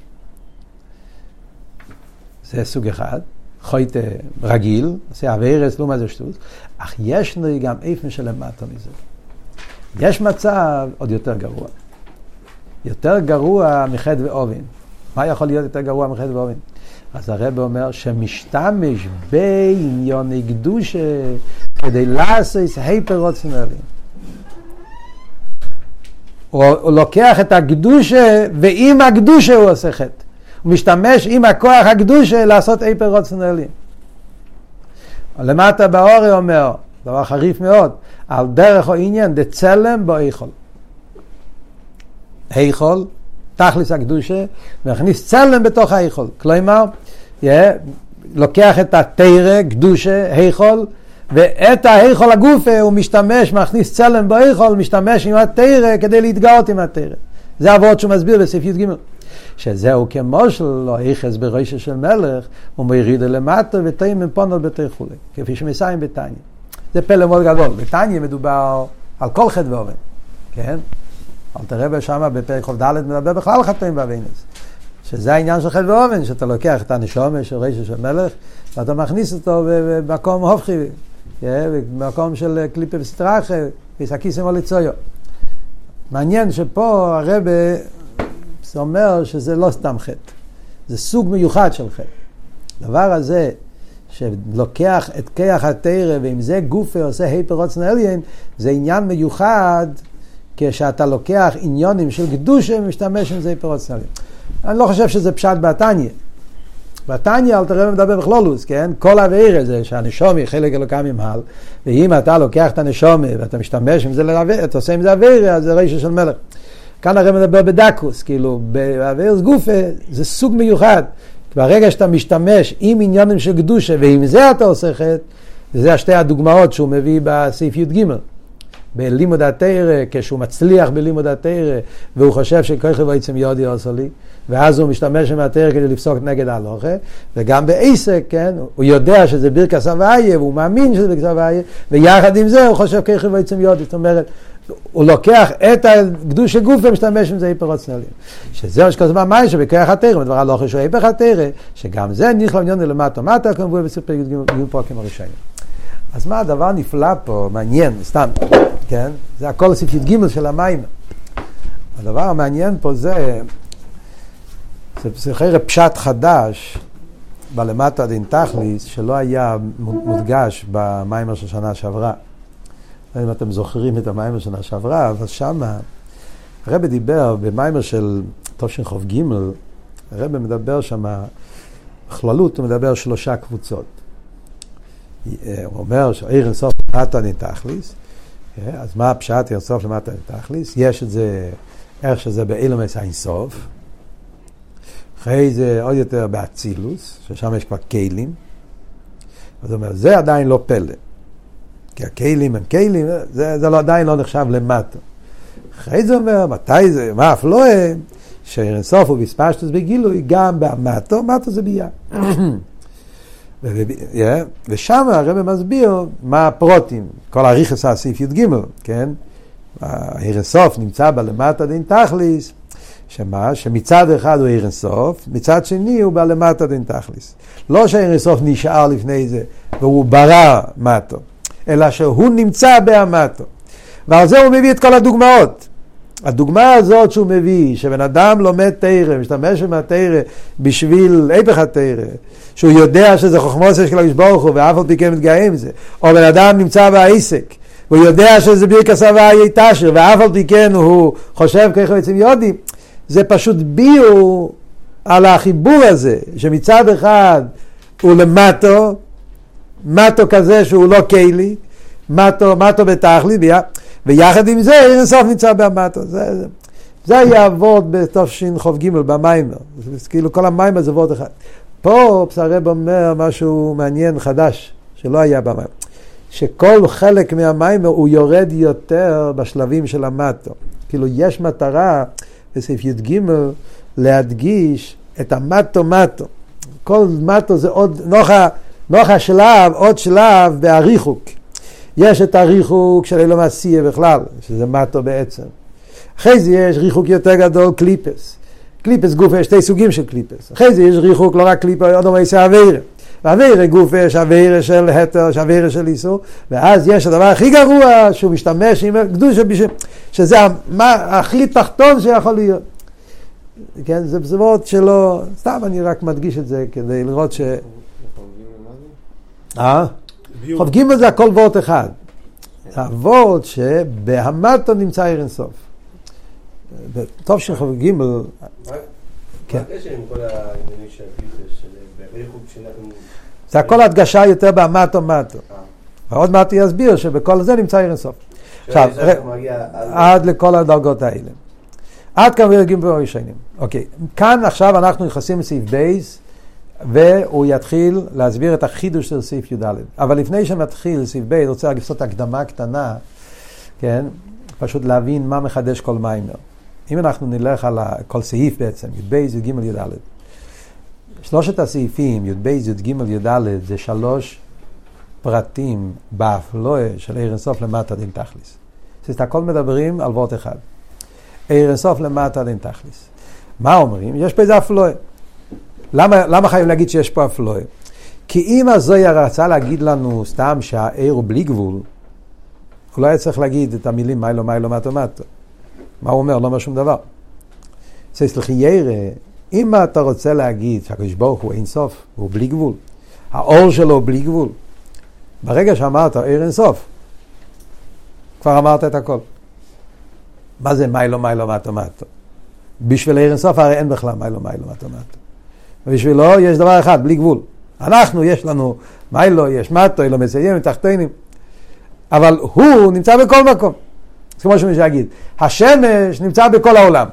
זה סוג אחד. חטא רגיל, זה עבירס, לאום הזה שטוס. אך יש גם איפן של למטה מזה. יש מצב עוד יותר גרוע. יותר גרוע מחטא ואובן. מה יכול להיות יותר גרוע מחטא ואובן? אז הרב אומר שמשתמש בעניין קדושה כדי לעשות היפר רוצן העליין. הוא לוקח את הקדושה ועם הקדושה הוא עושה חטא. הוא משתמש עם הכוח הקדושה לעשות היפר רוצן העליין. למטה באורי אומר, דבר חריף מאוד, על דרך או עניין דצלם בו איכול. איכול, תכליס הקדושה, מכניס צלם בתוך האיכול. כלומר, לוקח את התירה, קדושה, איכול, ואת האיכול הגופה הוא משתמש, מכניס צלם בו איכול, משתמש עם התירה כדי להתגאות עם התירה. זה עבוד שהוא מסביר בסעיף י' ג'. שזהו כמו שלא איכס בראשה של מלך, הוא מוריד למטה ותאים מפונו בתי חולי, כפי שמסיים בתניא. זה פלא מאוד גדול. בתניא מדובר על כל חטא ואובן. כן? אל תראה בשמה בפרק ח"ד מדבר בכלל על חטאים ואבנס. שזה העניין של חטא ואובן, שאתה לוקח את הנשמה של ראשה של מלך, ואתה מכניס אותו במקום הופכי, במקום של קליפה וסטרחה, ויסקיסם על יצויו. מעניין שפה הרב אומר שזה לא סתם חטא. זה סוג מיוחד של חטא. הדבר הזה, שלוקח את כיח התורה ועם זה גופה עושה היפר רוצן העליין, זה עניין מיוחד כשאתה לוקח עניונים של קדושה ומשתמש עם זה היפר רוצן העליין. אני לא חושב שזה פשט בתניא. בתניא אל תראה מדבר בכלולוס, כן? כל העבירה זה שהנשומי חלק אלוקה ממעל, ואם אתה לוקח את הנשומי ואתה משתמש עם זה לעבירה, אתה עושה עם זה עבירה, אז זה ראשה של מלך. כאן הרי מדבר בדקוס, כאילו בעבירה גופה זה סוג מיוחד. ברגע שאתה משתמש עם עניינים של קדושה, ועם זה אתה עושה חטא, וזה השתי הדוגמאות שהוא מביא בסעיף י' ג' בלימוד התורה, כשהוא מצליח בלימוד התורה, והוא חושב שכוחו בעצם יודי עושה לי, ואז הוא משתמש עם התורה כדי לפסוק נגד ההלוכה, וגם בעסק, כן, הוא יודע שזה ברכס הוויה, והוא מאמין שזה ברכס הוויה, ויחד עם זה הוא חושב כוחו בעצם יודי, זאת אומרת, הוא לוקח את הקדושה גוף ומשתמש עם זה היפר רוצן העליין. שזה מה שכתוב במים שבכוח התורה, מדבר על אוכל שהוא היפר התורה, שגם זה נכלל עניין למטה מטה, כמו בספר י' פרקים הראשונים. אז מה הדבר נפלא פה, מעניין, סתם, כן? זה הכל סעיף י' של המים. הדבר המעניין פה זה חרב פשט חדש, בלמטה דין תכליס, שלא היה מודגש במים של שנה שעברה. אם אתם זוכרים את המיימר שנה שעברה, אבל שמה הרב דיבר במיימר של תושן חוב ג', הרב מדבר שמה בכללות הוא מדבר 3 קבוצות. הוא אומר שאיר אינסוף למטה דין תכליס, אז מה הפשט איר אינסוף למטה דין תכליס? יש את זה, איך שזה באילומס האינסוף, אחרי זה עוד יותר באצילוס, ששם יש כבר כלים, אז הוא אומר, זה עדיין לא פלא, כי הכלים הם כלים, זה לא, עדיין לא נחשב למטה. אחרי זה אומר, מתי זה, מה אף לא הם, שאיר אינסוף הוא בספשטוס בגילוי, גם במטה, מטה זה ביה. ושם הרב מסביר מה הפרוטים, כל הריחס הסעיף י"ג, כן? העיר אינסוף נמצא בלמטה דין תכליס, שמצד אחד הוא עיר אינסוף, מצד שני הוא בלמטה דין תכליס. לא שהעיר אינסוף נשאר לפני זה, והוא ברא מטו, אלא שהוא נמצא בהמטו. ועל זה הוא מביא את כל הדוגמאות. הדוגמה הזאת שהוא מביא, שבן אדם לומד תורה, משתמש במתורה בשביל היפך התורה, שהוא יודע שזה חוכמות של הקדוש ברוך הוא, ואף על פי כן מתגאה עם זה, או בן אדם נמצא בעסק, והוא יודע שזה ברכת הוואי תשיר, ואף על פי כן הוא חושב ככה בעצם יודעים, זה פשוט ביור על החיבור הזה, שמצד אחד הוא למטו, מטו כזה שהוא לא קיילי, מטו בתכלית, ויחד עם זה עיר אינסוף נמצא בהמטו. זה יעבוד בתופשין חוב ג' במיימר. כאילו כל המיימר זה וורט אחד. פה הרב אומר משהו מעניין חדש שלא היה במיימר. שכל חלק מהמיימר הוא יורד יותר בשלבים של המטו. כאילו יש מטרה בסעיף י"ג להדגיש את המטו מטו. כל מטו זה עוד נוח השלב, עוד שלב בהריחוק. יש את הריחוק של אילו מעשייה בכלל, שזה מטו בעצם. אחרי זה יש ריחוק יותר גדול, קליפס. קליפס גוף יש 2 סוגים של קליפס. אחרי זה יש ריחוק לא רק קליפס, עוד לא מעשה אווירה. ואווירה גוף יש אווירה של התר, יש אווירה של איסור, ואז יש הדבר הכי גרוע שהוא משתמש עם קדושה, שזה הכי תחתון שיכול להיות. כן, זה בסביבות שלו, סתם אני רק מדגיש את זה כדי לראות חוב ג' זה הכל וורט אחד. זה הוורט שבהמטו נמצא עיר אינסוף. טוב של חוב ג' מה הקשר עם כל העניינים של הקליפס של בריחוק שאנחנו... זה הכל הדגשה יותר בהמטו מטו. ועוד מעט יסביר שבכל זה נמצא עיר אינסוף. עכשיו, עד לכל הדרגות האלה. עד כאן ורגים בראשונים. אוקיי, כאן עכשיו אנחנו נכנסים לסעיף בייס, והוא יתחיל להסביר את החידוש של סעיף י"ד. אבל לפני שמתחיל סעיף ב', רוצה לעשות הקדמה קטנה, כן? פשוט להבין מה מחדש כל מיימר. אם אנחנו נלך על כל סעיף בעצם, י"ב, י"ג, י"ד. 3 הסעיפים, י"ב, י"ג, י"ד, זה 3 פרטים באפלואה של עיר אינסוף למטה דין תכליס. זאת הכל מדברים על וורט אחד. עיר אינסוף למטה דין תכליס. מה אומרים? יש פה איזה אפלואה. למה חייבים להגיד שיש פה אפלואה? כי אם הזוהר רצה להגיד לנו סתם שהעיר הוא בלי גבול, הוא לא היה צריך להגיד את המילים מיילו מיילו מטו מטו. מה הוא אומר? לא אומר שום דבר. סליחי ירא, אם אתה רוצה להגיד שהקדוש ברוך הוא אין סוף, הוא בלי גבול, האור שלו בלי גבול, ברגע שאמרת עיר אין סוף, כבר אמרת את הכל. מה זה מיילו מיילו מטו מטו? בשביל עיר אין סוף הרי אין בכלל מיילו מיילו מטו מטו. ובשבילו יש דבר אחד, בלי גבול. אנחנו, יש לנו מיילו, יש מטו, אלו מסיים, תחתינים. אבל הוא נמצא בכל מקום. אז כמו שמישהו יגיד, השמש נמצא בכל העולם.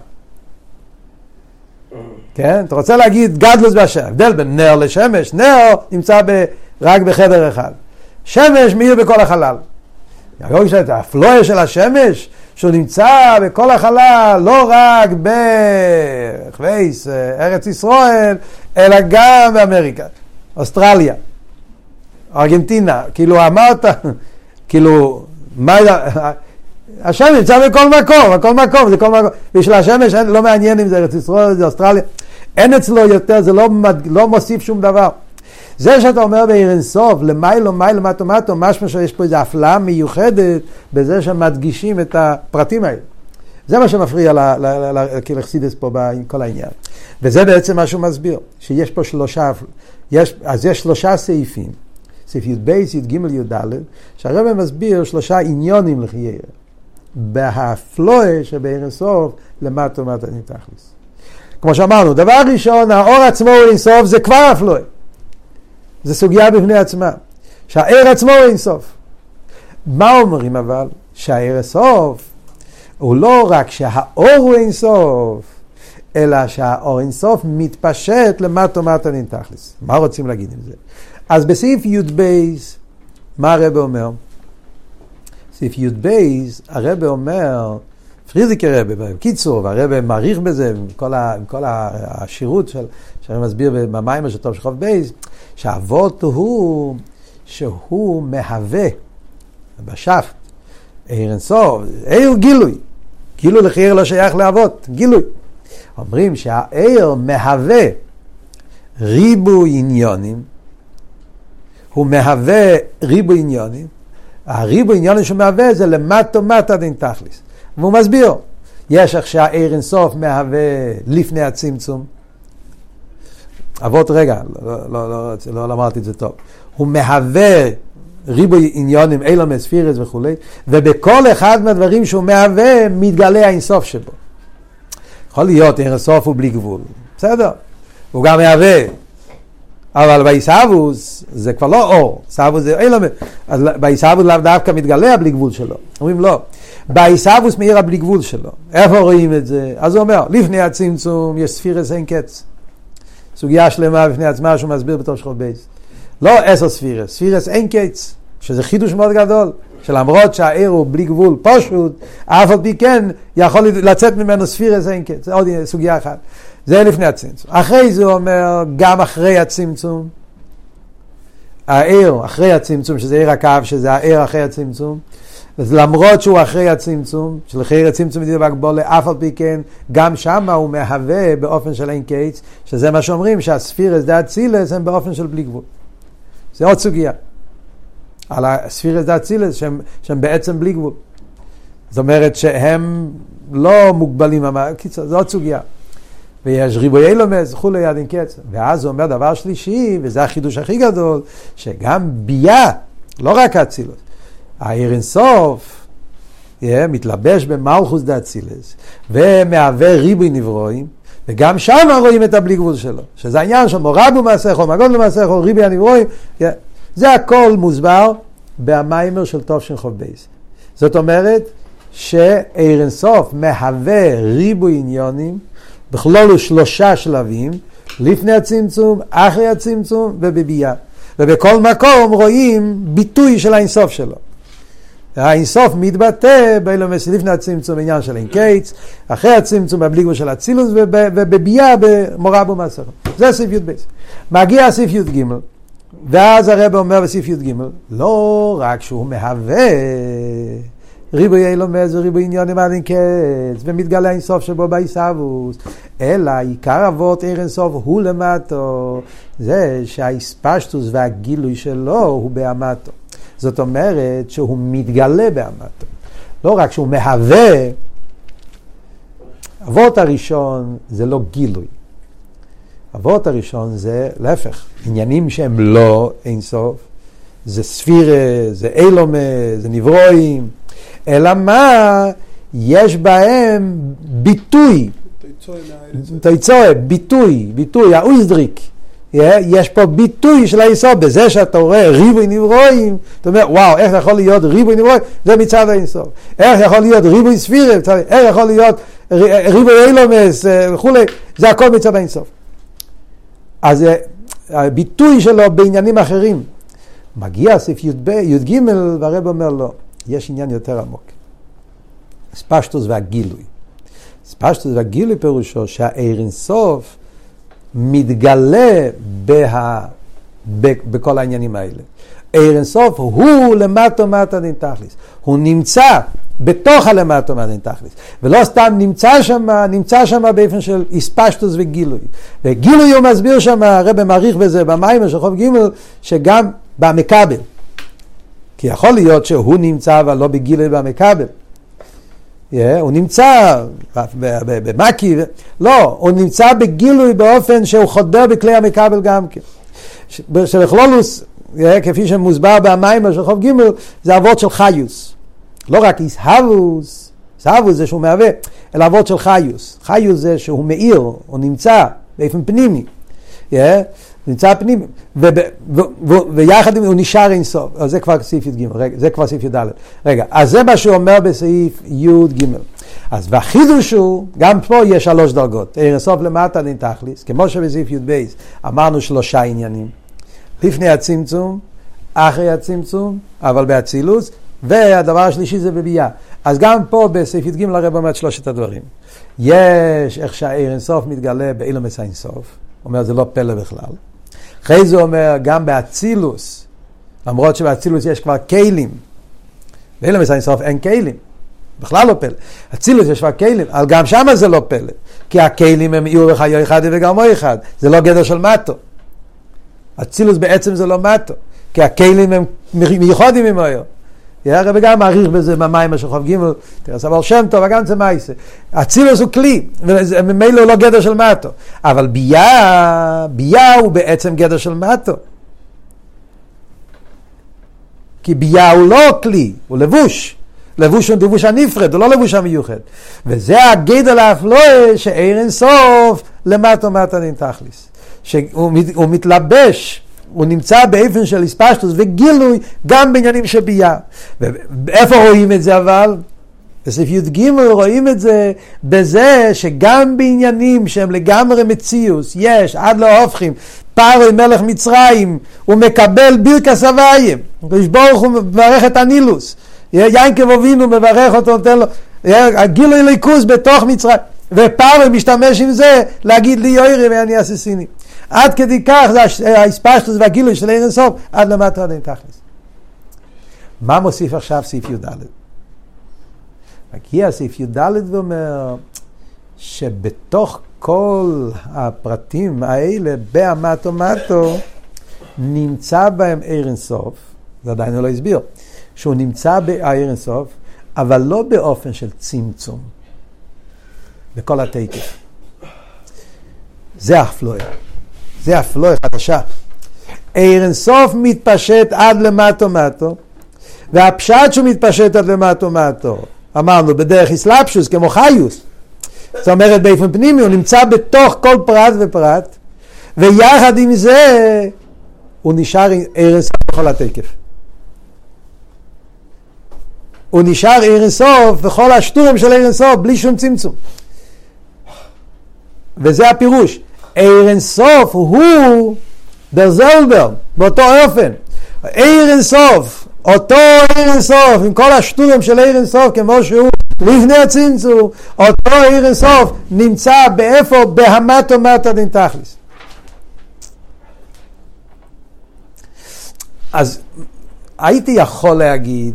כן? אתה רוצה להגיד גדלוס בהשם. הבדל בין נר לשמש. נר נמצא רק בחדר אחד. שמש מאיר בכל החלל. הפלואה של השמש, שהוא נמצא בכל החלל, לא רק בחווייס, ארץ ישראל, אלא גם באמריקה, אוסטרליה, ארגנטינה. כאילו אמרת, כאילו, השמש נמצא בכל מקום, בכל מקום, זה כל מקום. בשביל השמש לא מעניין אם זה ארץ ישראל, זה אוסטרליה. אין אצלו יותר, זה לא מוסיף שום דבר. זה שאתה אומר בעיר אינסוף, למיילו, מיילו, מטו, מטו, משמע שיש פה איזו הפלאה מיוחדת בזה שמדגישים את הפרטים האלה. זה מה שמפריע לחסידס פה בכל העניין. וזה בעצם מה שהוא מסביר, שיש פה 3, אז יש 3 סעיפים, סעיף י"ב, י"ג, י"ד, שהרב מסביר 3 עניונים לחיירה. בהפלואה שבעיר אינסוף, למטו, מטו, נתכלס. כמו שאמרנו, דבר ראשון, האור עצמו הוא אינסוף, זה כבר אפלוי. זה סוגיה בפני עצמה. שהאור עצמו הוא אינסוף. מה אומרים אבל? שהאור אינסוף הוא לא רק שהאור הוא אינסוף, אלא שהאור אינסוף מתפשט למטה מטה נתכלס. מה רוצים להגיד עם זה? אז בסעיף י' בייס, מה הרב אומר? בסעיף י' בייס, הרב אומר, פרידיקי רב, בקיצור, והרב מעריך בזה, עם כל השירות שאני מסביר במיימר של טוב של חוב בייס, שהאבות הוא שהוא מהווה בשפט, עיר אינסוף, עיר גילוי. גילוי לחייר לא שייך לאבות, גילוי. אומרים שהעיר מהווה ריבוי עניונים, הוא מהווה ריבוי עניונים, הריבוי עניונים שהוא מהווה זה למטה מטה דין תכליס. והוא מסביר, יש עכשיו עיר אינסוף מהווה לפני הצמצום, אבות רגע, לא אמרתי את זה טוב, הוא מהווה ריבוי עניונים, אילום ספירס וכו', ובכל אחד מהדברים שהוא מהווה מתגלה האינסוף שבו. יכול להיות אינסוף הוא בלי גבול, בסדר, הוא גם מהווה, אבל בעיסאוויס זה כבר לא אור, עיסאוויס זה אילום, אז בעיסאוויס לאו דווקא מתגלה בלי גבול שלו, אומרים לא, בעיסאוויס מאיר בלי גבול שלו. איפה רואים את זה? אז הוא אומר, לפני הצמצום יש ספירס אין קץ, סוגיה שלמה בפני עצמה שהוא מסביר בתור שחוב בייס. לא 10 ספירס, ספירס אין קץ, שזה חידוש מאוד גדול, שלמרות שהעיר הוא בלי גבול פשוט, אף על פי כן יכול לצאת ממנו ספירס אין קץ. זה עוד סוגיה אחת. זה לפני הצמצום. אחרי זה הוא אומר, גם אחרי הצמצום, העיר אחרי הצמצום, שזה עיר הקו, שזה העיר אחרי הצמצום, למרות שהוא אחרי הצמצום, שלחיר הצמצום ידיע בהגבולה, אף על פי כן, גם שם הוא מהווה באופן של אין קץ, שזה מה שאומרים, שהספירס דה אצילס הם באופן של בלי גבול. זה עוד סוגיה. על הספירס דה אצילס שהם בעצם בלי גבול. זאת אומרת שהם לא מוגבלים, זה עוד סוגיה. ויש ריבוי אילומס, כולי יד אין קץ. ואז הוא אומר דבר שלישי, וזה החידוש הכי גדול, שגם ביה, לא רק האצילוס, העיר אינסוף מתלבש במלכוס דה אצילס, ומהווה ריבוי נברואים, וגם שם רואים את הבלי גבול שלו, שזה העניין של מורבו מעשיכו, מגון למעשיכו, ריבוי הנברואים, זה הכל מוסבר במיימר של טוב של חוב בייס. זאת אומרת שעיר אינסוף מהווה ריבוי עניונים, בכלולו 3 שלבים, לפני הצמצום, אחרי הצמצום ובבייה. ובכל מקום רואים ביטוי של האינסוף שלו. האינסוף מתבטא באילומס לפני הצמצום בעניין של אין קץ, אחרי הצמצום בבלי גבול של אצילוס, ובבייה במורבו מעשיכו. זה סעיף י' בייס. מגיע סעיף י' ג', ואז הרב אומר בסעיף י' ג', לא רק שהוא מהווה ריבוי אילומס וריבוי עניונים עד אין קץ, ומתגלה אינסוף שבו בעיסאוויס, אלא עיקר אבות עיר אינסוף הוא למטו, זה שהאספשטוס והגילוי שלו הוא באמתו. זאת אומרת שהוא מתגלה באמתו. לא רק שהוא מהווה, אבות הראשון זה לא גילוי. אבות הראשון זה להפך, עניינים שהם לא אינסוף, זה ספירה, זה אילומס, זה נברואים, אלא מה? יש בהם ביטוי, ביטוי, האויזדריק. יש פה ביטוי של האינסוף, בזה שאתה רואה ריבוי נברואים, אתה אומר, וואו, איך יכול להיות ריבוי נברואים? זה מצד האינסוף. איך יכול להיות ריבוי ספירה? איך יכול להיות ריבוי אילומס וכולי? זה הכל מצד האינסוף. אז הביטוי שלו בעניינים אחרים. מגיע סעיף י' ג' והרב אומר לו, יש עניין יותר עמוק. ספשטוס והגילוי. ספשטוס והגילוי פירושו שהעיר אינסוף מתגלה בכל העניינים האלה. עיר אינסוף הוא למטה מטה דין תכליס. הוא נמצא בתוך הלמטה מטה דין תכליס. ולא סתם נמצא שם באופן של ספשטוס וגילוי. וגילוי הוא מסביר שם, הרב מעריך בזה במיימר של חוב ג' שגם במקבל. כי יכול להיות שהוא נמצא אבל לא בגילוי במקבל. הוא נמצא במקי, לא, הוא נמצא בגילוי באופן שהוא חודר בכלי המקבל גם כן. שלכלולוס, כפי שמוסבר במיימר של חוב ג' זה אבות של חיוס. לא רק איסהבוס, עיסאוווס זה שהוא מהווה אל אבות של חיוס. חיוס זה שהוא מאיר, הוא נמצא באופן פנימי. נמצא פנימי. ויחד הוא נשאר אינסוף. אז זה כבר סעיף י"ג. זה כבר סעיף י"ד. רגע, אז זה מה שהוא אומר בסעיף י"ג. אז והחידוש הוא, גם פה יש 3 דרגות. אינסוף למטה דין תכליס. כמו שבסעיף י"ב אמרנו 3 עניינים. לפני הצמצום, אחרי הצמצום, אבל באצילוס, והדבר השלישי זה בביאה. אז גם פה בסעיף י"ג הרב אומר 3 הדברים. יש איך שהעיר אינסוף מתגלה באילומס האינסוף. אומר זה לא פלא בכלל. אחרי זה אומר גם באצילוס, למרות שבאצילוס יש כבר כלים. באילומס האינסוף אין כלים. בכלל לא פלא. אצילוס יש כבר כלים, אבל גם שם זה לא פלא. כי הכלים הם איור וחיו אחד וגרמו אחד. זה לא גדר של מטו. אצילוס בעצם זה לא מטו. כי הכלים הם מיוחדים עם היום. הרב גם מעריך בזה במים שחוב ג' תראה סבל שם טוב וגם זה מייסה. אצילוס הוא כלי, וממילא הוא לא גדר של מטו. אבל ביאה הוא בעצם גדר של מטו. כי ביאה הוא לא כלי, הוא לבוש. לבוש הוא לבוש הנפרד, הוא לא לבוש המיוחד. וזה הגדר האפלואה שאיר אינסוף למטו מטה דין תכליס. שהוא מתלבש, הוא נמצא באופן של הספשטוס וגילוי גם בעניינים של ביאה. ואיפה רואים את זה אבל? בסעיף י"ג רואים את זה בזה שגם בעניינים שהם לגמרי מציאוס, יש עד לא הופכים, פרעה מלך מצרים, הוא מקבל בירכס הוויים, ברוך הוא מברך את הנילוס, יעקב אבינו מברך אותו, נותן לו גילוי ליכוז בתוך מצרים, ופרעה משתמש עם זה להגיד לי יוירי ואני אססיני. עד כדי כך זה ההספשטוס והגילוי של עיר אינסוף עד למטה דין תכליס. מה מוסיף עכשיו סעיף י"ד? מגיע סעיף י"ד ואומר שבתוך כל הפרטים האלה בהמטו מטו נמצא בהם עיר אינסוף, זה עדיין לא הסביר, שהוא נמצא בעיר אינסוף אבל לא באופן של צמצום בכל התקף. זה האפלואה. זה אפלואה חדשה. עיר אינסוף מתפשט עד למטו מטו, והפשט שהוא מתפשט עד למטו מטו, אמרנו בדרך אסלאפשוס כמו חיוס, זאת אומרת באופן פנימי, הוא נמצא בתוך כל פרט ופרט, ויחד עם זה הוא נשאר עיר אינסוף בכל התקף. הוא נשאר עיר אינסוף בכל השטורם של עיר אינסוף בלי שום צמצום. וזה הפירוש. עיר אינסוף הוא דר זלבר, באותו אופן. עיר אינסוף, אותו עיר אינסוף, עם כל השטורם של עיר אינסוף, כמו שהוא לפני הצמצום, אותו עיר אינסוף נמצא באיפה? בהמטו מטה דין תכליס. אז הייתי יכול להגיד,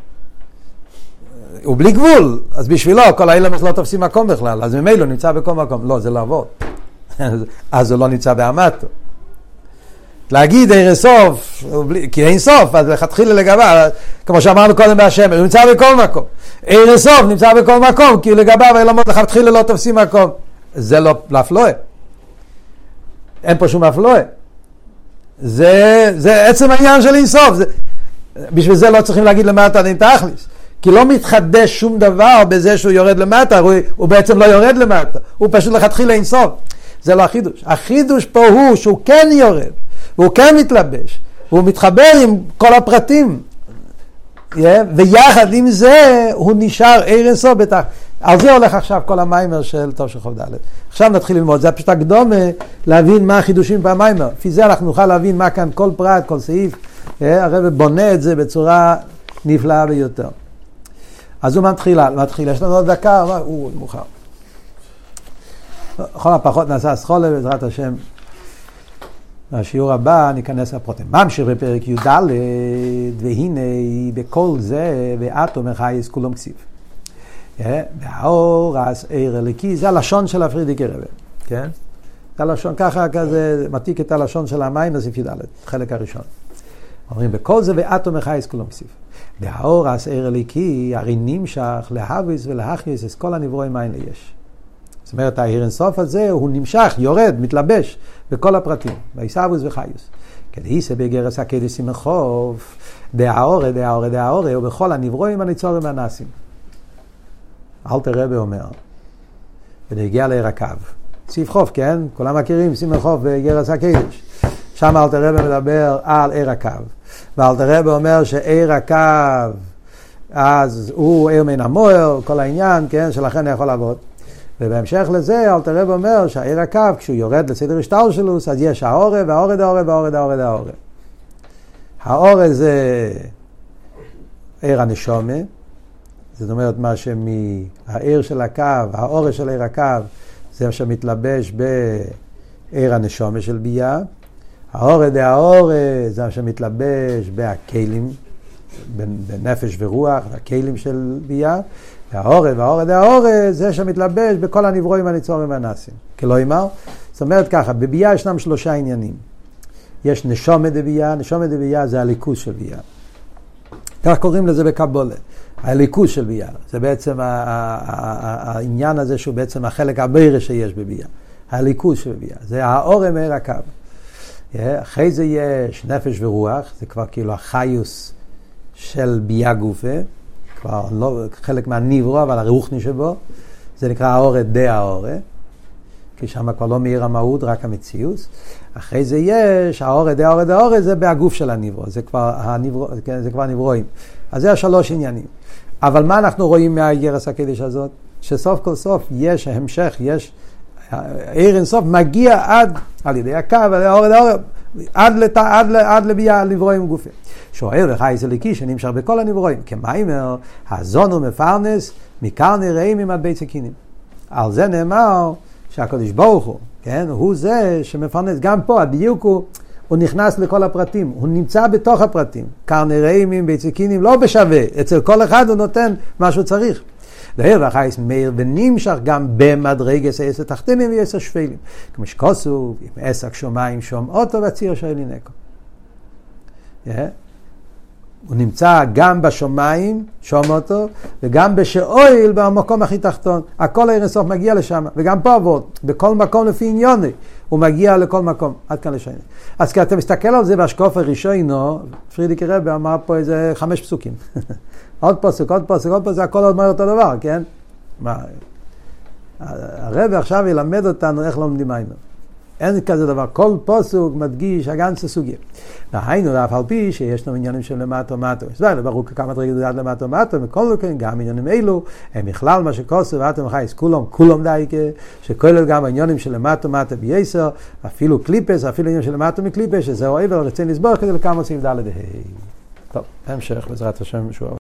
הוא בלי גבול, אז בשבילו כל האילמס לא תופסים מקום בכלל, אז ממילא נמצא בכל מקום. לא, זה לא עבוד. אז הוא לא נמצא בהמטו. להגיד עיר אינסוף, כי אין סוף, אז לכתחילה לגביו, כמו שאמרנו קודם בהשם, הוא נמצא בכל מקום. עיר אינסוף נמצא בכל מקום, כי לגביו האילמות לכתחילה לא תופסים מקום. זה לא אפלואה. אין פה שום אפלואה. זה עצם העניין של אינסוף. בשביל זה לא צריכים להגיד למטה דין תכליס. כי לא מתחדש שום דבר בזה שהוא יורד למטה, הוא בעצם לא יורד למטה, הוא פשוט לכתחילה אינסוף. זה לא החידוש. החידוש פה הוא שהוא כן יורד, והוא כן מתלבש, והוא מתחבר עם כל הפרטים, ויחד עם זה הוא נשאר עיר אינסוף בתח. על זה הולך עכשיו כל המיימר של טוב של חוב ד'. עכשיו נתחיל ללמוד, זה פשוט הקדומה להבין מה החידושים במיימר. לפי זה אנחנו נוכל להבין מה כאן כל פרט, כל סעיף, הרב בונה את זה בצורה נפלאה ביותר. אז הוא מתחיל, יש לנו עוד דקה, הוא מוכר. לכל הפחות נעשה סחולה בעזרת השם. בשיעור הבא ניכנס לפרוטים. ממשיך בפרק י"ד, והנה בכל זה, ואטום החייס כולם כסיב. והאור, העיר הליקי, זה הלשון של הפרידיקי רבי. כן? זה הלשון, ככה כזה, מתיק את הלשון של המים, בסעיף י"ד, חלק הראשון. אומרים, בכל זה ואטום החייס כולם כסיב. והאור העיר הליקי, הרי נמשך להוויס ולהכניס את כל הנברואים האלה יש. זאת אומרת, העיר אינסוף הזה הוא נמשך, יורד, מתלבש בכל הפרטים, בעיסאוויס וחיוס. כדאיסא בגרס הקדש סימכוף, דהאורה, ובכל הנברואים הניצורים והנעשים. אלתר רבי אומר, ונגיע לעיר הקו. סיף חוף, כן? כולם מכירים, סימן חוף בגרס הקדש. שם אלתר רבי מדבר על עיר הקו. ואלתר רבי אומר שעיר הקו, אז הוא עיר מן המוער, כל העניין, כן? שלכן הוא יכול לעבוד. ובהמשך לזה, אלתר רבי אומר שהעיר הקו, כשהוא יורד לסדר השטלשלוס, אז יש האורה והאורה דאורה והאורה דאורה דאורה. האורה זה עיר הנשומה, זאת אומרת מה שמהעיר של הקו, האורה של עיר הקו, זה מה שמתלבש בעיר הנשומה של ביה. האורה דאורה זה מה שמתלבש בהכלים, בנפש ורוח, הכלים של ביה. והאורה דאורה זה שמתלבש בכל הנברואים והניצורים והנעשים. כלומר, זאת אומרת ככה, בביה ישנם 3 עניינים. יש נשומה דביה, נשומה דביה זה הליכוז של ביה. כך קוראים לזה בקבולה, הליכוז של ביה. זה בעצם העניין הזה שהוא בעצם החלק הבאר שיש בביה. הליכוז של ביה, זה האורה מאיר הקו. אחרי זה יש נפש ורוח, זה כבר כאילו החיוס של ביה גופה, כבר לא חלק מהנברוא, אבל הרוחני שבו, זה נקרא האורה דה האורה, כי שם כבר לא מאיר המהות, רק המציאות. אחרי זה יש האורה דה האורה דה האורה, זה בהגוף של הנברוא, זה כבר נברואים. אז זה 3 עניינים. אבל מה אנחנו רואים מהגרס הקדש הזאת? שסוף כל סוף יש המשך, יש עיר אינסוף מגיע על ידי הקו, עד לביאה לנברואים גופים. שואל וחייס אליקי שנמשך בכל הנברואים. כמיימר, הזון ומפרנס, מכר נראים עם הבית סכינים. על זה נאמר שהקדוש ברוך הוא, כן, הוא זה שמפרנס. גם פה, הדיוק הוא נכנס לכל הפרטים, הוא נמצא בתוך הפרטים. קר נראים עם בית סכינים לא בשווה, אצל כל אחד הוא נותן מה שהוא צריך. דהר וחייס מאיר ונמשך גם במדרגס עשר תחתינים ועשר שפלים. כמו שכוסו, עם עסק שומיים שום אוטו והציר שואלי נקו. הוא נמצא גם בשומיים, שום אותו, וגם בשאויל במקום הכי תחתון. הכל העיר הסוף מגיע לשם, וגם פה עבוד. בכל מקום לפי עניוני, הוא מגיע לכל מקום. עד כאן לשני. אז כשאתה מסתכל על זה בהשקוף הראשונו, פרידיק רבי אמר פה איזה 5 פסוקים. עוד פסוק, הכל אומר אותו דבר, כן? הרבי עכשיו ילמד אותנו איך לומדים מיימר. אין כזה דבר, כל פסוק מדגיש הגנצה סוגיה. והיינו, אף על פי שיש לנו עניינים של למטו מטו. אז ברור כמה דרגות עד למטו מטו, מכל מקום, גם עניינים אלו, הם בכלל מה שכוסו ואתם חייס, כולם דייקה, שכולל גם העניינים של למטו מטו בייסר, אפילו קליפס, אפילו עניינים של למטו מקליפס, שזה אוהב, אבל רצינו לסבור כדי לכמה סעיף ד' טוב, המשך בעזרת השם.